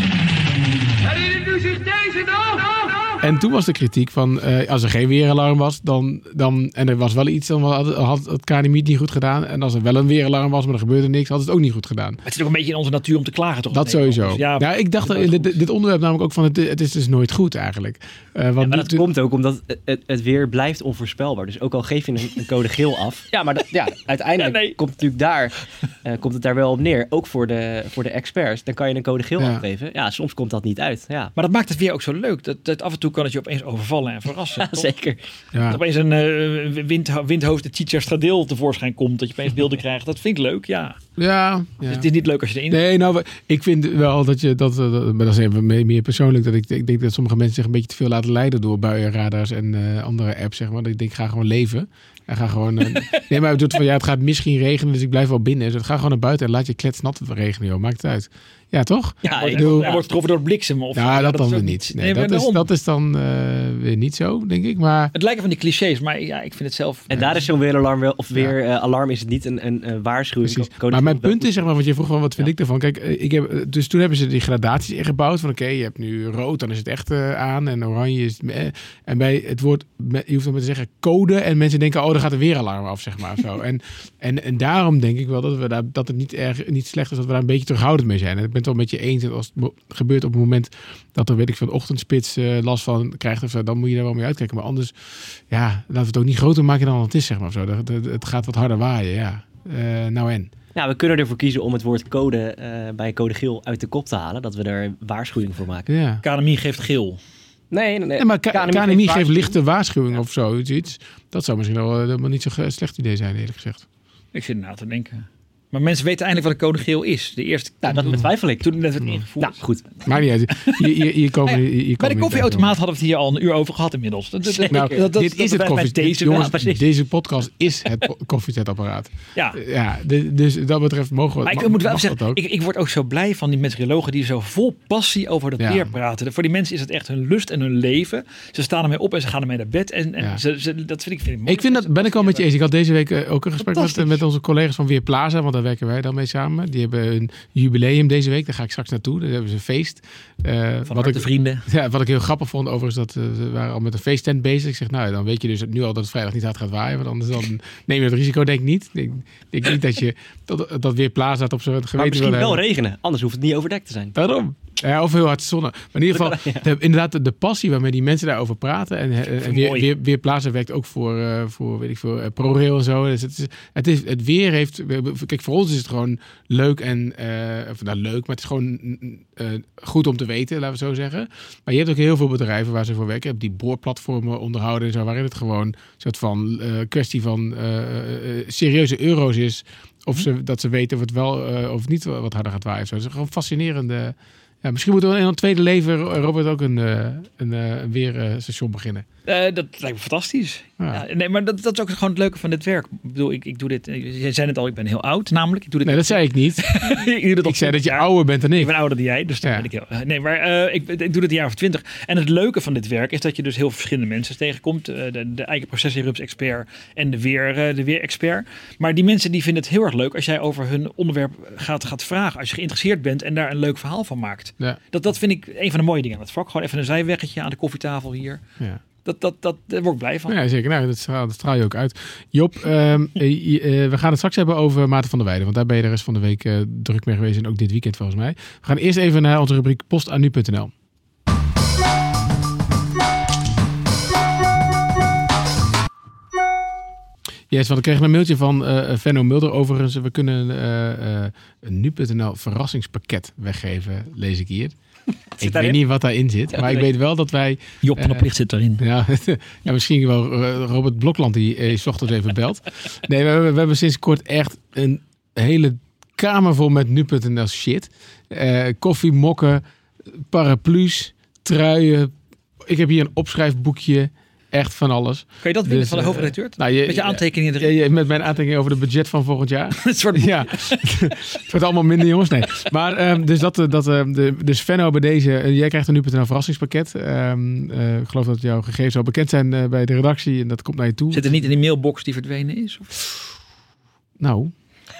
S4: Herinnert u zich deze nog?
S1: En toen was de kritiek van, als er geen weeralarm was, dan en er was wel iets, dan had het KNMI het niet goed gedaan. En als er wel een weeralarm was, maar er gebeurde niks, had het ook niet goed gedaan.
S2: Het is ook een beetje in onze natuur om te klagen, toch?
S1: Dat sowieso. Dus ja, ik dacht dit onderwerp namelijk ook van, het is dus nooit goed eigenlijk.
S3: Maar dat komt ook omdat het weer blijft onvoorspelbaar. Dus ook al geef je een code geel af. Ja, maar uiteindelijk komt het natuurlijk komt het daar wel op neer. Ook voor de experts. Dan kan je een code geel afgeven. Ja, soms komt dat niet uit. Ja.
S2: Maar dat maakt het weer ook zo leuk. Dat af en toe kan het je opeens overvallen en verrassen.
S3: Ja, zeker.
S1: Ja.
S2: Dat opeens een windhoofd de Chicha Stradeel tevoorschijn komt. Dat je opeens beelden krijgt. Dat vind ik leuk, ja.
S1: Ja.
S2: Dus het is niet leuk als je erin...
S1: Nee, nou, ik vind wel dat je maar dat is even meer persoonlijk, dat ik denk dat sommige mensen zich een beetje te veel laten leiden door buienradars en andere apps, zeg maar. Dat ik denk, ga gewoon leven. En ga gewoon... nee, maar het doet van, het gaat misschien regenen, dus ik blijf wel binnen. Dus ga gewoon naar buiten en laat je kletsnat regenen, joh. Maakt het uit. Ja, toch?
S2: Ja, hij wordt getroffen door het bliksem. Of,
S1: dat dan weer niet. Nee, dat is dan weer niet zo, denk ik. Maar...
S2: Het lijken van die clichés, maar ja, ik vind het zelf...
S3: En daar is zo'n weeralarm wel, of alarm is het niet een waarschuwing.
S1: Maar mijn punt is, zeg maar, want je vroeg van, wat vind ik ervan? Kijk, dus toen hebben ze die gradaties ingebouwd van, oké, je hebt nu rood, dan is het echt aan en oranje is het... En bij het woord, je hoeft dan maar te zeggen code en mensen denken, er gaat een weeralarm af, zeg maar. Zo. En daarom denk ik wel dat het niet slecht is dat we daar een beetje terughoudend mee zijn. En ik ben het wel met je eens dat als het gebeurt op het moment dat er, weet ik veel, de ochtendspits last van krijgt of zo, dan moet je daar wel mee uitkijken. Maar anders, laten we het ook niet groter maken dan het is, zeg maar. Of zo. Het gaat wat harder waaien, ja. Nou en?
S3: Ja, we kunnen ervoor kiezen om het woord code bij code geel uit de kop te halen. Dat we er waarschuwing voor maken.
S1: Ja.
S2: KNMI geeft geel.
S3: Nee,
S1: maar KNMI geeft lichte waarschuwing of zoiets. Dat zou misschien wel helemaal niet zo'n slecht idee zijn, eerlijk gezegd.
S2: Ik zit na te denken. Maar mensen weten eindelijk wat een code geel is. De eerste
S3: dat betwijfel ik.
S2: Toen het werd ingevoerd.
S3: Nou, goed.
S1: Maakt niet uit. Hier komen
S2: bij de koffieautomaat hadden we het hier al een uur over gehad inmiddels.
S1: Dit is het koffiezetapparaat. Jongens, deze podcast is het koffiezetapparaat. Ja. Dus dat betreft mogen we.
S2: Maar ik moet wel zeggen, ik word ook zo blij van die meteorologen die zo vol passie over dat weer praten. Voor die mensen is het echt hun lust en hun leven. Ze staan ermee op en ze gaan ermee naar bed. En dat vind ik mooi.
S1: Ik vind dat, ben ik al met je eens. Ik had deze week ook een gesprek met onze collega's van Weerplaza, want daar werken wij dan mee samen. Die hebben een jubileum deze week. Daar ga ik straks naartoe. Daar hebben ze een feest.
S2: Van de vrienden.
S1: Ja, wat ik heel grappig vond overigens, dat we waren al met een feesttent bezig. Ik zeg, nou, dan weet je dus nu al dat het vrijdag niet hard gaat waaien. Want anders dan neem je het risico, denk ik niet. Ik denk niet dat je dat Weerplaza op zo'n geweten wil hebben.
S3: Maar misschien wel regenen. Anders hoeft het niet overdekt te zijn.
S1: Waarom? Ja, of heel hard zonnen. Maar in ieder geval, inderdaad, de passie waarmee die mensen daarover praten. En weer plaatsen werkt ook voor weet ik veel, ProRail en zo. Dus het weer heeft... Kijk, voor ons is het gewoon leuk en... leuk, maar het is gewoon goed om te weten, laten we zo zeggen. Maar je hebt ook heel veel bedrijven waar ze voor werken. Je hebt die boorplatformen onderhouden en zo, waarin het gewoon een soort van kwestie van serieuze euro's is. Of dat ze weten of het wel of niet wat harder gaat waaien. Zo. Het is gewoon fascinerende... Ja, misschien moeten we in een tweede leven, Robert, ook een weerstation beginnen.
S2: Dat lijkt me fantastisch. Ja. Ja, nee, maar dat is ook gewoon het leuke van dit werk. Ik bedoel, ik doe dit... Jij zei het al, ik ben heel oud namelijk. Ik doe dit
S1: nee, dat zei ik niet. Ik zei dat je ouder bent dan ik.
S2: Ik ben ouder dan jij, dus dan ben ik heel... Nee, maar ik doe dit een jaar of 20. En het leuke van dit werk is dat je dus heel verschillende mensen tegenkomt. De eigen processinterrupts-expert en de weer-expert. Maar die mensen die vinden het heel erg leuk als jij over hun onderwerp gaat vragen. Als je geïnteresseerd bent en daar een leuk verhaal van maakt. Ja. Dat vind ik een van de mooie dingen aan het vak. Gewoon even een zijweggetje aan de koffietafel hier. Ja. Daar word ik blij van.
S1: Ja, zeker. Nou, dat straal je ook uit. Job, we gaan het straks hebben over Maarten van der Weijden. Want daar ben je de rest van de week druk mee geweest. En ook dit weekend volgens mij. We gaan eerst even naar onze rubriek Post aan nu.nl. Yes, want ik kreeg een mailtje van Venno Mulder. Overigens, we kunnen een nu.nl verrassingspakket weggeven, lees ik hier. Ik weet niet wat daarin zit, maar ik weet wel dat wij...
S2: Job van der Plicht zit erin.
S1: Ja, misschien wel Robert Blokland die 's ochtends even belt. Nee, we hebben sinds kort echt een hele kamer vol met nu.nl shit. Koffie, mokken, paraplu's, truien. Ik heb hier een opschrijfboekje. Echt van alles.
S2: Kan je dat winnen van de hoofdredacteur? Met je aantekeningen erin?
S1: Met mijn aantekeningen over het budget van volgend jaar. Ja. Het wordt allemaal minder, jongens. Nee. Maar dus Venno bij deze. Jij krijgt er nu een verrassingspakket. Ik geloof dat jouw gegevens al bekend zijn bij de redactie. En dat komt naar je toe.
S2: Zit er niet in die mailbox die verdwenen is? Of?
S1: Nou...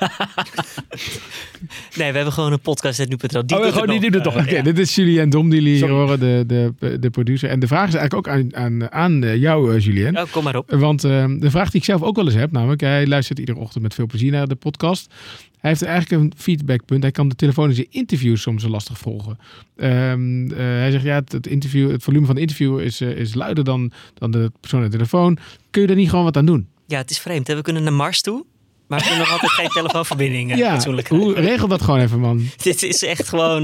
S5: Nee, we hebben gewoon een podcast uit nu.nl.
S2: Die doet het toch.
S1: Okay, dit is Julien Dom, die hier horen, de producer. En de vraag is eigenlijk ook aan jou, Julien.
S5: Oh, kom maar op.
S1: Want de vraag die ik zelf ook wel eens heb, namelijk, hij luistert iedere ochtend met veel plezier naar de podcast. Hij heeft eigenlijk een feedbackpunt. Hij kan de telefonische interviews soms lastig volgen. Hij zegt, ja, het volume van de interview is luider dan de persoon aan de telefoon. Kun je er niet gewoon wat aan doen?
S5: Ja, het is vreemd. We kunnen naar Mars toe. Maar we hebben nog altijd geen telefoonverbinding.
S1: Hoe regel dat gewoon even, man?
S5: Dit is echt gewoon...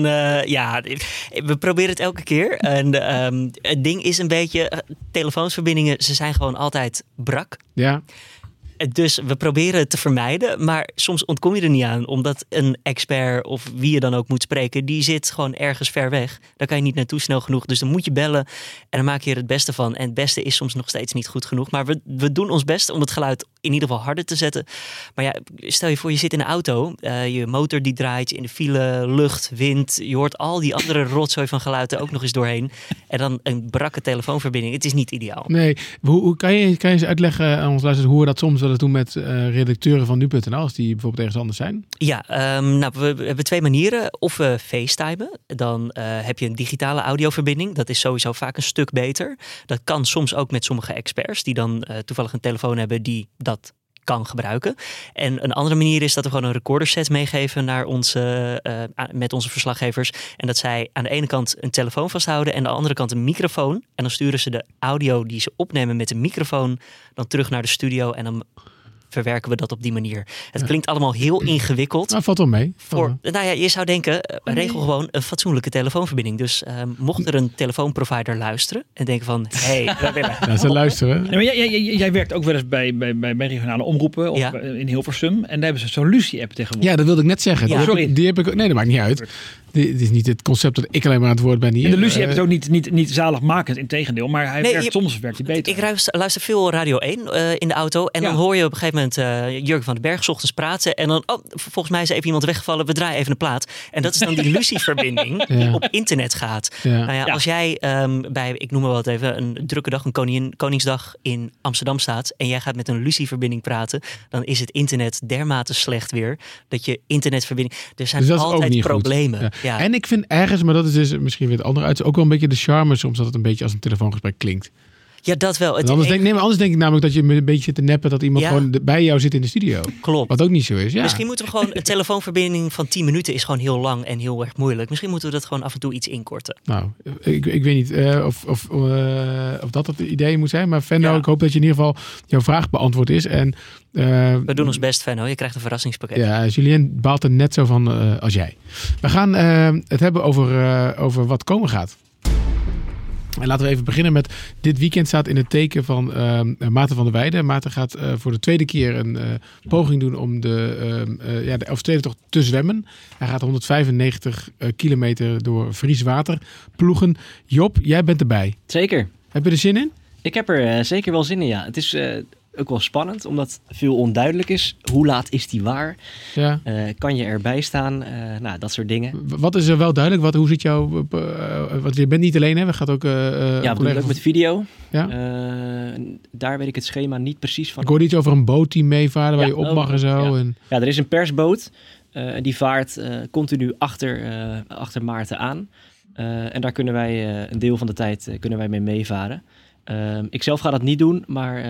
S5: we proberen het elke keer. En het ding is een beetje... telefoonsverbindingen, ze zijn gewoon altijd brak.
S1: Ja.
S5: Dus we proberen het te vermijden. Maar soms ontkom je er niet aan. Omdat een expert of wie je dan ook moet spreken... die zit gewoon ergens ver weg. Daar kan je niet naartoe snel genoeg. Dus dan moet je bellen. En dan maak je er het beste van. En het beste is soms nog steeds niet goed genoeg. Maar we doen ons best om het geluid in ieder geval harder te zetten. Maar ja, stel je voor, je zit in een auto. Je motor die draait in de file, lucht, wind. Je hoort al die andere rotzooi van geluiden ook nog eens doorheen. En dan een brakke telefoonverbinding. Het is niet ideaal.
S1: Nee, hoe kan je eens uitleggen aan ons luisteren hoe we dat soms willen doen met redacteuren van nu.nl als die bijvoorbeeld ergens anders zijn?
S5: Ja, we hebben twee manieren. Of we facetimen. Dan heb je een digitale audioverbinding. Dat is sowieso vaak een stuk beter. Dat kan soms ook met sommige experts die dan toevallig een telefoon hebben die dat kan gebruiken. En een andere manier is dat we gewoon een recorderset meegeven naar met onze verslaggevers. En dat zij aan de ene kant een telefoon vasthouden en aan de andere kant een microfoon. En dan sturen ze de audio die ze opnemen met de microfoon dan terug naar de studio en dan verwerken we dat op die manier. Het klinkt allemaal heel ingewikkeld.
S1: Nou, valt wel mee.
S5: Je zou denken, regel gewoon een fatsoenlijke telefoonverbinding. Dus mocht er een telefoonprovider luisteren en denken van, we willen...
S1: Ja, ze luisteren.
S2: Nee, maar jij werkt ook wel eens bij regionale omroepen of in Hilversum. En daar hebben ze zo'n Lucie-app tegenwoordig.
S1: Ja, dat wilde ik net zeggen.
S5: Ja.
S1: Sorry. Die heb ik... Nee, dat maakt niet uit. Dit is niet het concept dat ik alleen maar aan het woord ben hier.
S2: En de Lucie-app is ook niet zaligmakend, integendeel. Maar soms werkt hij beter.
S5: Ik luister veel Radio 1 in de auto. En dan hoor je op een gegeven moment Jurgen van den Berg 's ochtends praten. En dan, volgens mij is er even iemand weggevallen. We draaien even een plaat. En dat is dan die Lucie-verbinding die op internet gaat. Ja. Nou ja, als jij bij, ik noem maar wat even, een drukke dag, een Koningsdag in Amsterdam staat. En jij gaat met een Lucie-verbinding praten. Dan is het internet dermate slecht weer. Dat je internetverbinding... Er zijn dus altijd problemen.
S1: Ja. Ja. En ik vind ergens, maar dat is dus misschien weer het andere uit, ook wel een beetje de charme soms dat het een beetje als een telefoongesprek klinkt.
S5: Ja, dat wel.
S1: Anders denk ik namelijk dat je me een beetje zit te neppen dat iemand gewoon bij jou zit in de studio.
S5: Klopt.
S1: Wat ook niet zo is. Ja.
S5: Misschien moeten we gewoon... Een telefoonverbinding van 10 minuten is gewoon heel lang en heel erg moeilijk. Misschien moeten we dat gewoon af en toe iets inkorten.
S1: Nou, ik weet niet of dat het idee moet zijn. Maar Venno, ik hoop dat je in ieder geval jouw vraag beantwoord is. En,
S5: we doen ons best, Venno. Je krijgt een verrassingspakket.
S1: Ja, Julien baalt er net zo van als jij. We gaan het hebben over wat komen gaat. En laten we even beginnen met... Dit weekend staat in het teken van Maarten van der Weijden. Maarten gaat voor de tweede keer een poging doen om de Elfstedentocht te zwemmen. Hij gaat 195 kilometer door Fries water ploegen. Job, jij bent erbij.
S3: Zeker.
S1: Heb je er zin in?
S3: Ik heb er zeker wel zin in, ja. Het is ook wel spannend, omdat veel onduidelijk is. Hoe laat is die waar?
S1: Ja.
S3: Kan je erbij staan? Dat soort dingen.
S1: Wat is er wel duidelijk? Hoe zit jouw... want je bent niet alleen, hè? We gaan ook...
S3: we doen het ook met video.
S1: Ja?
S3: Daar weet ik het schema niet precies van.
S1: Ik hoorde iets over een boot die meevaren waar je op mag en zo.
S3: Ja. Ja, er is een persboot. Die vaart continu achter Maarten aan. En daar kunnen wij een deel van de tijd mee meevaren. Ik zelf ga dat niet doen, maar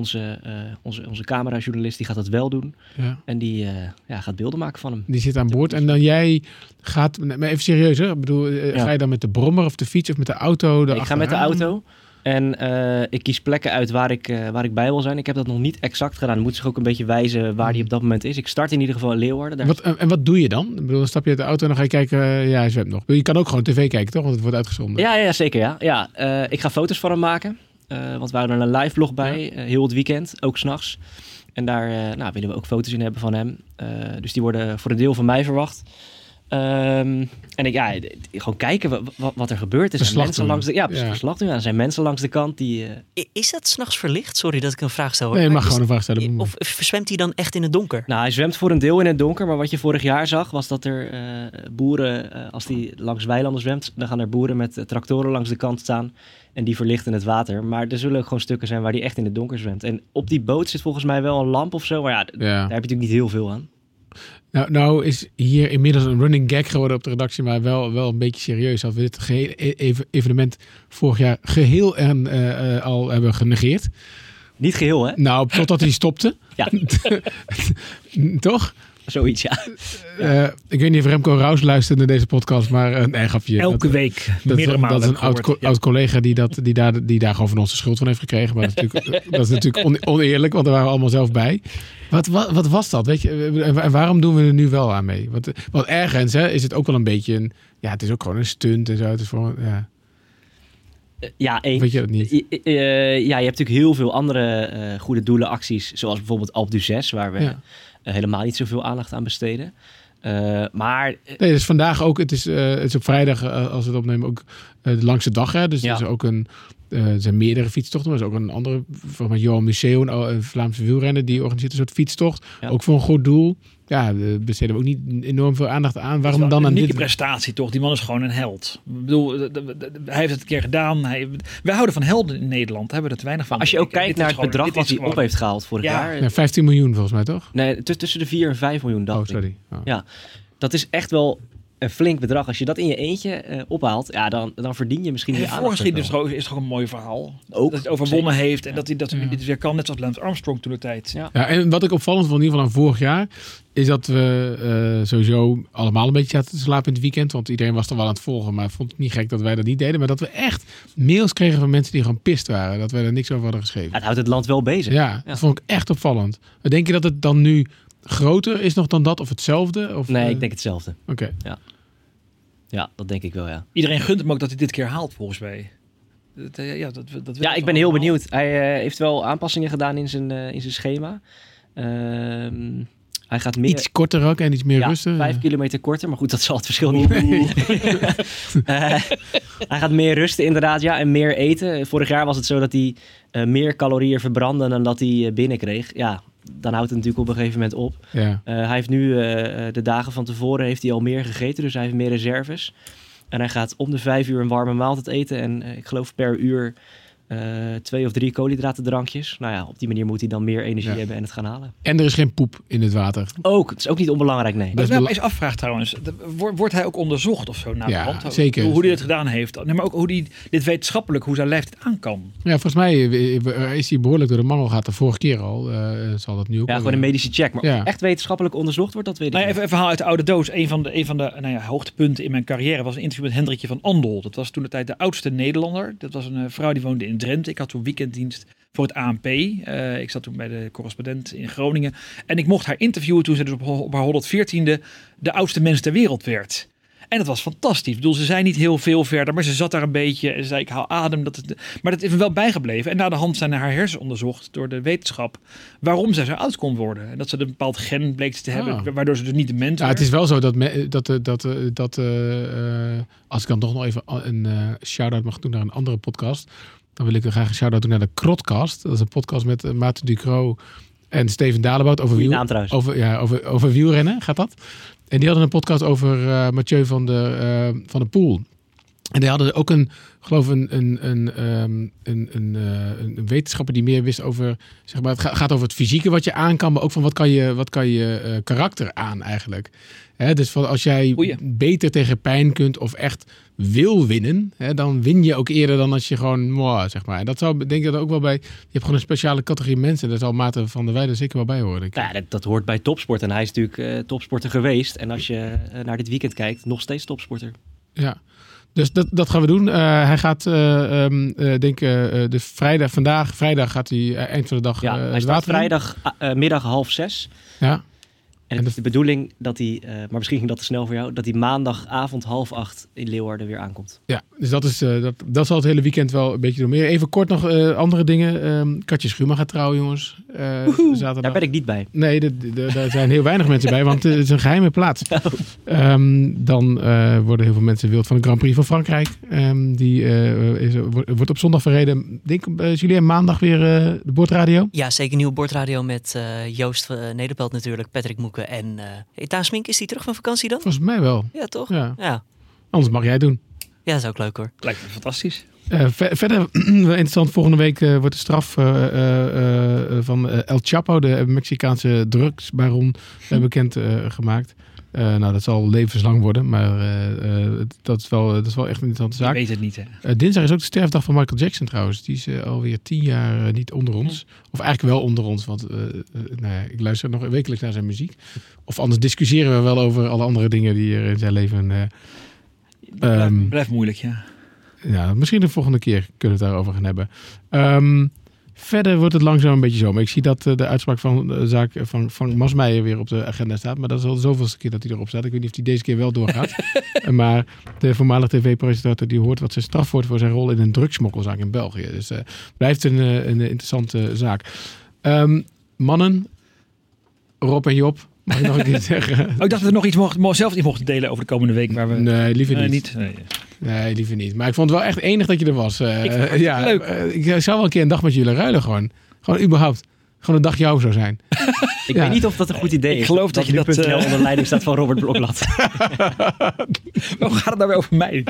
S3: onze camerajournalist die gaat dat wel doen. Ja. En die gaat beelden maken van hem.
S1: Die zit aan boord. En dan jij gaat, maar even serieus hè? Ik bedoel, ga je dan met de brommer of de fiets of met de auto?
S3: Ik ga met de auto. En ik kies plekken uit waar ik bij wil zijn. Ik heb dat nog niet exact gedaan. Dan moet zich ook een beetje wijzen waar die op dat moment is. Ik start in ieder geval in Leeuwarden.
S1: En wat doe je dan? Ik bedoel, dan stap je uit de auto en dan ga je kijken. Hij zwemt nog. Je kan ook gewoon tv kijken, toch? Want het wordt uitgezonden.
S3: Ja, zeker. Ja. Ik ga foto's van hem maken. Want we houden er een live vlog bij. Heel het weekend, ook 's nachts. En daar willen we ook foto's in hebben van hem. Dus die worden voor een deel van mij verwacht. En gewoon kijken wat er gebeurt. Er zijn mensen langs de verslag doen. Er zijn mensen langs de kant die...
S5: Is dat 's nachts verlicht? Sorry dat ik een vraag stel.
S1: Nee, je mag gewoon een vraag stellen.
S5: Of zwemt hij dan echt in het donker?
S3: Nou, hij zwemt voor een deel in het donker. Maar wat je vorig jaar zag, was dat er boeren... als die langs weilanden zwemt, dan gaan er boeren met tractoren langs de kant staan. En die verlichten het water. Maar er zullen ook gewoon stukken zijn waar die echt in het donker zwemt. En op die boot zit volgens mij wel een lamp of zo. Maar daar heb je natuurlijk niet heel veel aan.
S1: Nou is hier inmiddels een running gag geworden op de redactie, maar wel een beetje serieus. Dat we dit geheel evenement vorig jaar geheel al hebben genegeerd.
S3: Niet geheel, hè?
S1: Nou, totdat hij stopte.
S3: Ja.
S1: Toch?
S3: Zoiets, ja.
S1: Ik weet niet of Remco Raus luistert naar deze podcast, maar nee, gafje.
S2: Elke week, meerdere malen.
S1: Dat is een oud collega die daar gewoon van ons de schuld van heeft gekregen. Maar dat is natuurlijk oneerlijk, want daar waren we allemaal zelf bij. Wat was dat? Weet je? En waarom doen we er nu wel aan mee? Want ergens is het ook wel een beetje het is ook gewoon een stunt en zo. Het is voor,
S3: eens.
S1: Weet je dat niet?
S3: Je hebt natuurlijk heel veel andere goede doelenacties, zoals bijvoorbeeld Alpe d'Huez, waar we helemaal niet zoveel aandacht aan besteden. Maar... Nee,
S1: dus vandaag ook, het is op vrijdag, als we het opnemen, ook de langste dag. Hè? Dus er is ook er zijn meerdere fietstochten. Maar er is ook een andere, volgens mij Johan Museeuw, een Vlaamse wielrenner, die organiseert een soort fietstocht. Ja. Ook voor een goed doel. Ja, daar besteden we ook niet enorm veel aandacht aan. Waarom dan aan dit?
S2: Een prestatie toch? Die man is gewoon een held. Ik bedoel, hij heeft het een keer gedaan. Wij houden van helden in Nederland. Hebben we er te weinig van.
S3: Maar als je ook kijkt naar het bedrag wat hij op heeft gehaald vorig jaar.
S1: Ja, 15 miljoen volgens mij, toch?
S3: Nee, tussen de 4 en 5 miljoen.
S1: Sorry. Oh.
S3: Ja, dat is echt wel een flink bedrag. Als je dat in je eentje ophaalt, dan verdien je misschien...
S2: Voorgeschiedenis is toch een mooi verhaal.
S3: Ook.
S2: Dat hij overwonnen heeft en dat hij dit weer kan. Net zoals Lance Armstrong toen de tijd.
S1: Ja, en wat ik opvallend vond in ieder geval aan vorig jaar, is dat we sowieso allemaal een beetje zaten te slapen in het weekend. Want iedereen was er wel aan het volgen. Maar ik vond het niet gek dat wij dat niet deden. Maar dat we echt mails kregen van mensen die gewoon pist waren. Dat we er niks over hadden geschreven.
S3: Het houdt het land wel bezig.
S1: Ja, dat vond ik echt opvallend. Denk je dat het dan nu groter is nog dan dat? Of hetzelfde? Of,
S3: nee, ik denk hetzelfde.
S1: Oké.
S3: Ja, dat denk ik wel, ja.
S2: Iedereen gunt hem ook dat hij dit keer haalt, volgens mij.
S3: Ik ben heel benieuwd. Hij heeft wel aanpassingen gedaan in zijn schema. Hij gaat meer...
S1: Iets korter ook en iets meer rustig.
S3: 5 kilometer korter, maar goed, dat zal het verschil niet. Hij gaat meer rusten inderdaad, en meer eten. Vorig jaar was het zo dat hij meer calorieën verbrandde dan dat hij binnenkreeg. Ja, dan houdt het natuurlijk op een gegeven moment op. Ja. Hij heeft nu de dagen van tevoren heeft hij al meer gegeten, dus hij heeft meer reserves. En hij gaat om de 5 uur een warme maaltijd eten. En ik geloof per uur 2 of 3 koolhydratendrankjes. Nou ja, op die manier moet hij dan meer energie hebben en het gaan halen.
S1: En er is geen poep in het water.
S3: Ook, het is ook niet onbelangrijk, nee.
S2: Wat ik me eens afvraag trouwens, wordt hij ook onderzocht of zo na de hand?
S1: Zeker.
S2: Hoe hij het gedaan heeft. Nee, maar ook hoe hij dit wetenschappelijk, hoe zijn lijf dit aan kan.
S1: Ja, volgens mij is hij behoorlijk door de mangel gehad de vorige keer al. Zal dat nu ook
S3: gewoon een medische check. Maar of het echt wetenschappelijk onderzocht wordt, dat weet ik niet.
S2: Even een verhaal uit de oude doos. Een van de hoogtepunten in mijn carrière was een interview met Hendrikje van Andel. Dat was toen de tijd de oudste Nederlander. Dat was een vrouw die woonde in Drenthe. Ik had toen weekenddienst voor het ANP. Ik zat toen bij de correspondent in Groningen. En ik mocht haar interviewen toen ze dus op haar 114e de oudste mens ter wereld werd. En dat was fantastisch. Ik bedoel, ze zei niet heel veel verder, maar ze zat daar een beetje en ze zei, ik haal adem. Maar dat is me wel bijgebleven. En na de hand zijn haar hersens onderzocht door de wetenschap waarom zij zo oud kon worden. En dat ze een bepaald gen bleek te hebben, waardoor ze dus niet dement werd.
S1: Het is wel zo dat als ik dan toch nog even een shout-out mag doen naar een andere podcast, dan wil ik er graag een shout-out doen naar de Krotcast. Dat is een podcast met Maarten Ducro en Steven Dalebout over wielrennen, gaat dat? En die hadden een podcast over Mathieu van der Poel. En die hadden ook een wetenschapper die meer wist over, zeg maar, het gaat over het fysieke wat je aan kan, maar ook van wat kan je karakter aan eigenlijk. Dus als jij beter tegen pijn kunt of echt wil winnen, dan win je ook eerder dan als je gewoon, zeg maar. En dat zou, denk ik, ook wel bij, je hebt gewoon een speciale categorie mensen. Daar zal Maarten van der Weijden zeker wel bij horen.
S3: Ja, dat hoort bij topsport. En hij is natuurlijk topsporter geweest. En als je naar dit weekend kijkt, nog steeds topsporter.
S1: Ja. Dus dat gaan we doen. Hij gaat, vrijdag gaat hij eind van de dag
S3: hij staat vrijdagmiddag 5:30. Ja. En het is de bedoeling dat hij, maar misschien ging dat te snel voor jou, dat hij maandagavond 7:30 in Leeuwarden weer aankomt. Ja, dus
S1: dat zal het hele weekend wel een beetje doen. Meer even kort nog andere dingen. Katje Schuurman gaat trouwen, jongens. Zaterdag.
S3: Daar ben ik niet bij.
S1: Nee, daar zijn heel weinig mensen bij, want het is een geheime plaats. Dan worden heel veel mensen wild van de Grand Prix van Frankrijk. Wordt op zondag verreden. Denk Julien maandag weer de Bordradio?
S5: Ja, zeker nieuwe Bordradio met Joost Nederpelt natuurlijk, Patrick Moeken en Daan Smink. Is die terug van vakantie dan?
S1: Volgens mij wel.
S5: Ja, toch?
S1: Ja. Anders mag jij het doen.
S5: Ja, dat is ook leuk hoor.
S2: Lijkt me fantastisch.
S1: Verder, interessant, volgende week wordt de straf van El Chapo, de Mexicaanse drugsbaron, bekend gemaakt. Dat zal levenslang worden, maar dat is wel echt een interessante zaak.
S2: Ik weet het niet, hè?
S1: Dinsdag is ook de sterfdag van Michael Jackson trouwens. Die is alweer 10 jaar niet onder ons. Of eigenlijk wel onder ons, want ik luister nog wekelijks naar zijn muziek. Of anders discussiëren we wel over alle andere dingen die er in zijn leven...
S2: blijft moeilijk, ja.
S1: Ja, misschien de volgende keer kunnen we het daarover gaan hebben. Verder wordt het langzaam een beetje zo. Maar ik zie dat de uitspraak van de zaak van Frank Masmeijer weer op de agenda staat. Maar dat is al de zoveelste keer dat hij erop staat. Ik weet niet of hij deze keer wel doorgaat. Maar de voormalige tv-presentator die hoort wat zijn straf wordt voor zijn rol in een drugsmokkelzaak in België. Dus blijft een interessante zaak. Mannen, Rob en Job. Mag ik nog een keer zeggen?
S2: Ik dacht dat we nog iets mochten delen over de komende week. Waar we...
S1: Nee, liever niet. Nee, liever niet. Maar ik vond het wel echt enig dat je er was.
S2: Leuk.
S1: Ik zou wel een keer een dag met jullie ruilen gewoon. Gewoon überhaupt. Gewoon een dag jou zou zijn.
S3: Ik weet niet of dat een goed idee is.
S2: Ik geloof dat je dat
S3: onder leiding staat van Robert Blokland.
S2: Waarom gaat het nou weer over mij?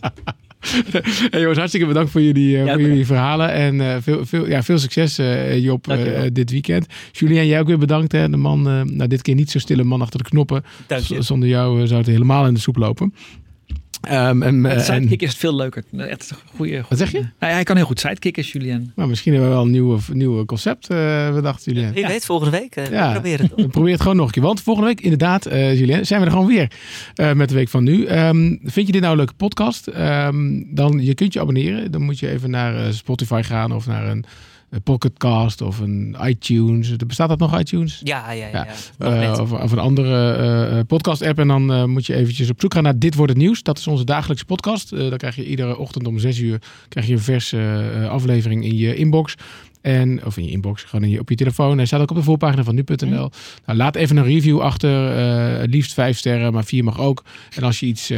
S1: Hey jongens, hartstikke bedankt voor jullie verhalen. En veel succes Job dit weekend. Julien, jij ook weer bedankt. Hè? De man, dit keer niet zo stille man achter de knoppen. Zonder jou zou het helemaal in de soep lopen.
S2: Sidekick is het veel leuker. Echt een goede.
S1: Wat zeg je?
S2: Hij kan heel goed sidekicken, Julien.
S1: Maar misschien hebben we wel een nieuwe concept bedacht, Julien.
S5: Wie weet, volgende week. We proberen het.
S1: We proberen het gewoon nog een keer. Want volgende week, inderdaad, Julien, zijn we er gewoon weer met de week van nu. Vind je dit nou een leuke podcast? Dan je kunt je abonneren. Dan moet je even naar Spotify gaan of naar een Pocketcast of een iTunes. Bestaat dat nog, iTunes?
S5: Ja.
S1: Of een andere podcast-app. En dan moet je eventjes op zoek gaan naar Dit Wordt Het Nieuws. Dat is onze dagelijkse podcast. Dan krijg je iedere ochtend om 6 uur een verse aflevering in je inbox. Of in je inbox, gewoon op je telefoon. Hij staat ook op de voorpagina van nu.nl. Nou, laat even een review achter. Het liefst 5 sterren, maar 4 mag ook. En als je iets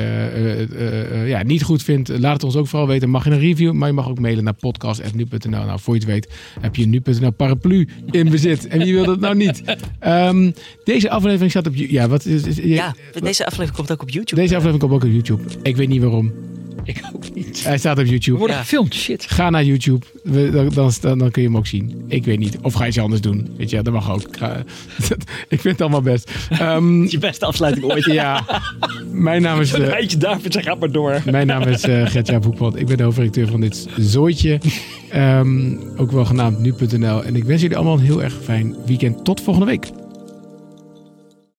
S1: niet goed vindt, laat het ons ook vooral weten. Mag je een review, maar je mag ook mailen naar podcast@nu.nl. Nou, voor je het weet heb je een nu.nl paraplu in bezit. En wie wil dat nou niet? Deze aflevering staat op...
S5: deze aflevering komt ook op YouTube.
S1: Deze aflevering komt ook op YouTube. Ik weet niet waarom.
S2: Ik ook niet.
S1: Hij staat op YouTube.
S2: We worden gefilmd, shit.
S1: Ga naar YouTube. Dan kun je hem ook zien. Ik weet niet. Of ga je iets anders doen. Weet je, dat mag ook. Ik vind het allemaal best.
S3: Je beste afsluiting ooit.
S1: Ja. Mijn naam is...
S2: Een rijtje David, zeg, ga maar door.
S1: Mijn naam is Gert-Jaap Hoekman. Ik ben de hoofdredacteur van dit zooitje. Ook wel genaamd nu.nl. En ik wens jullie allemaal een heel erg fijn weekend. Tot volgende week.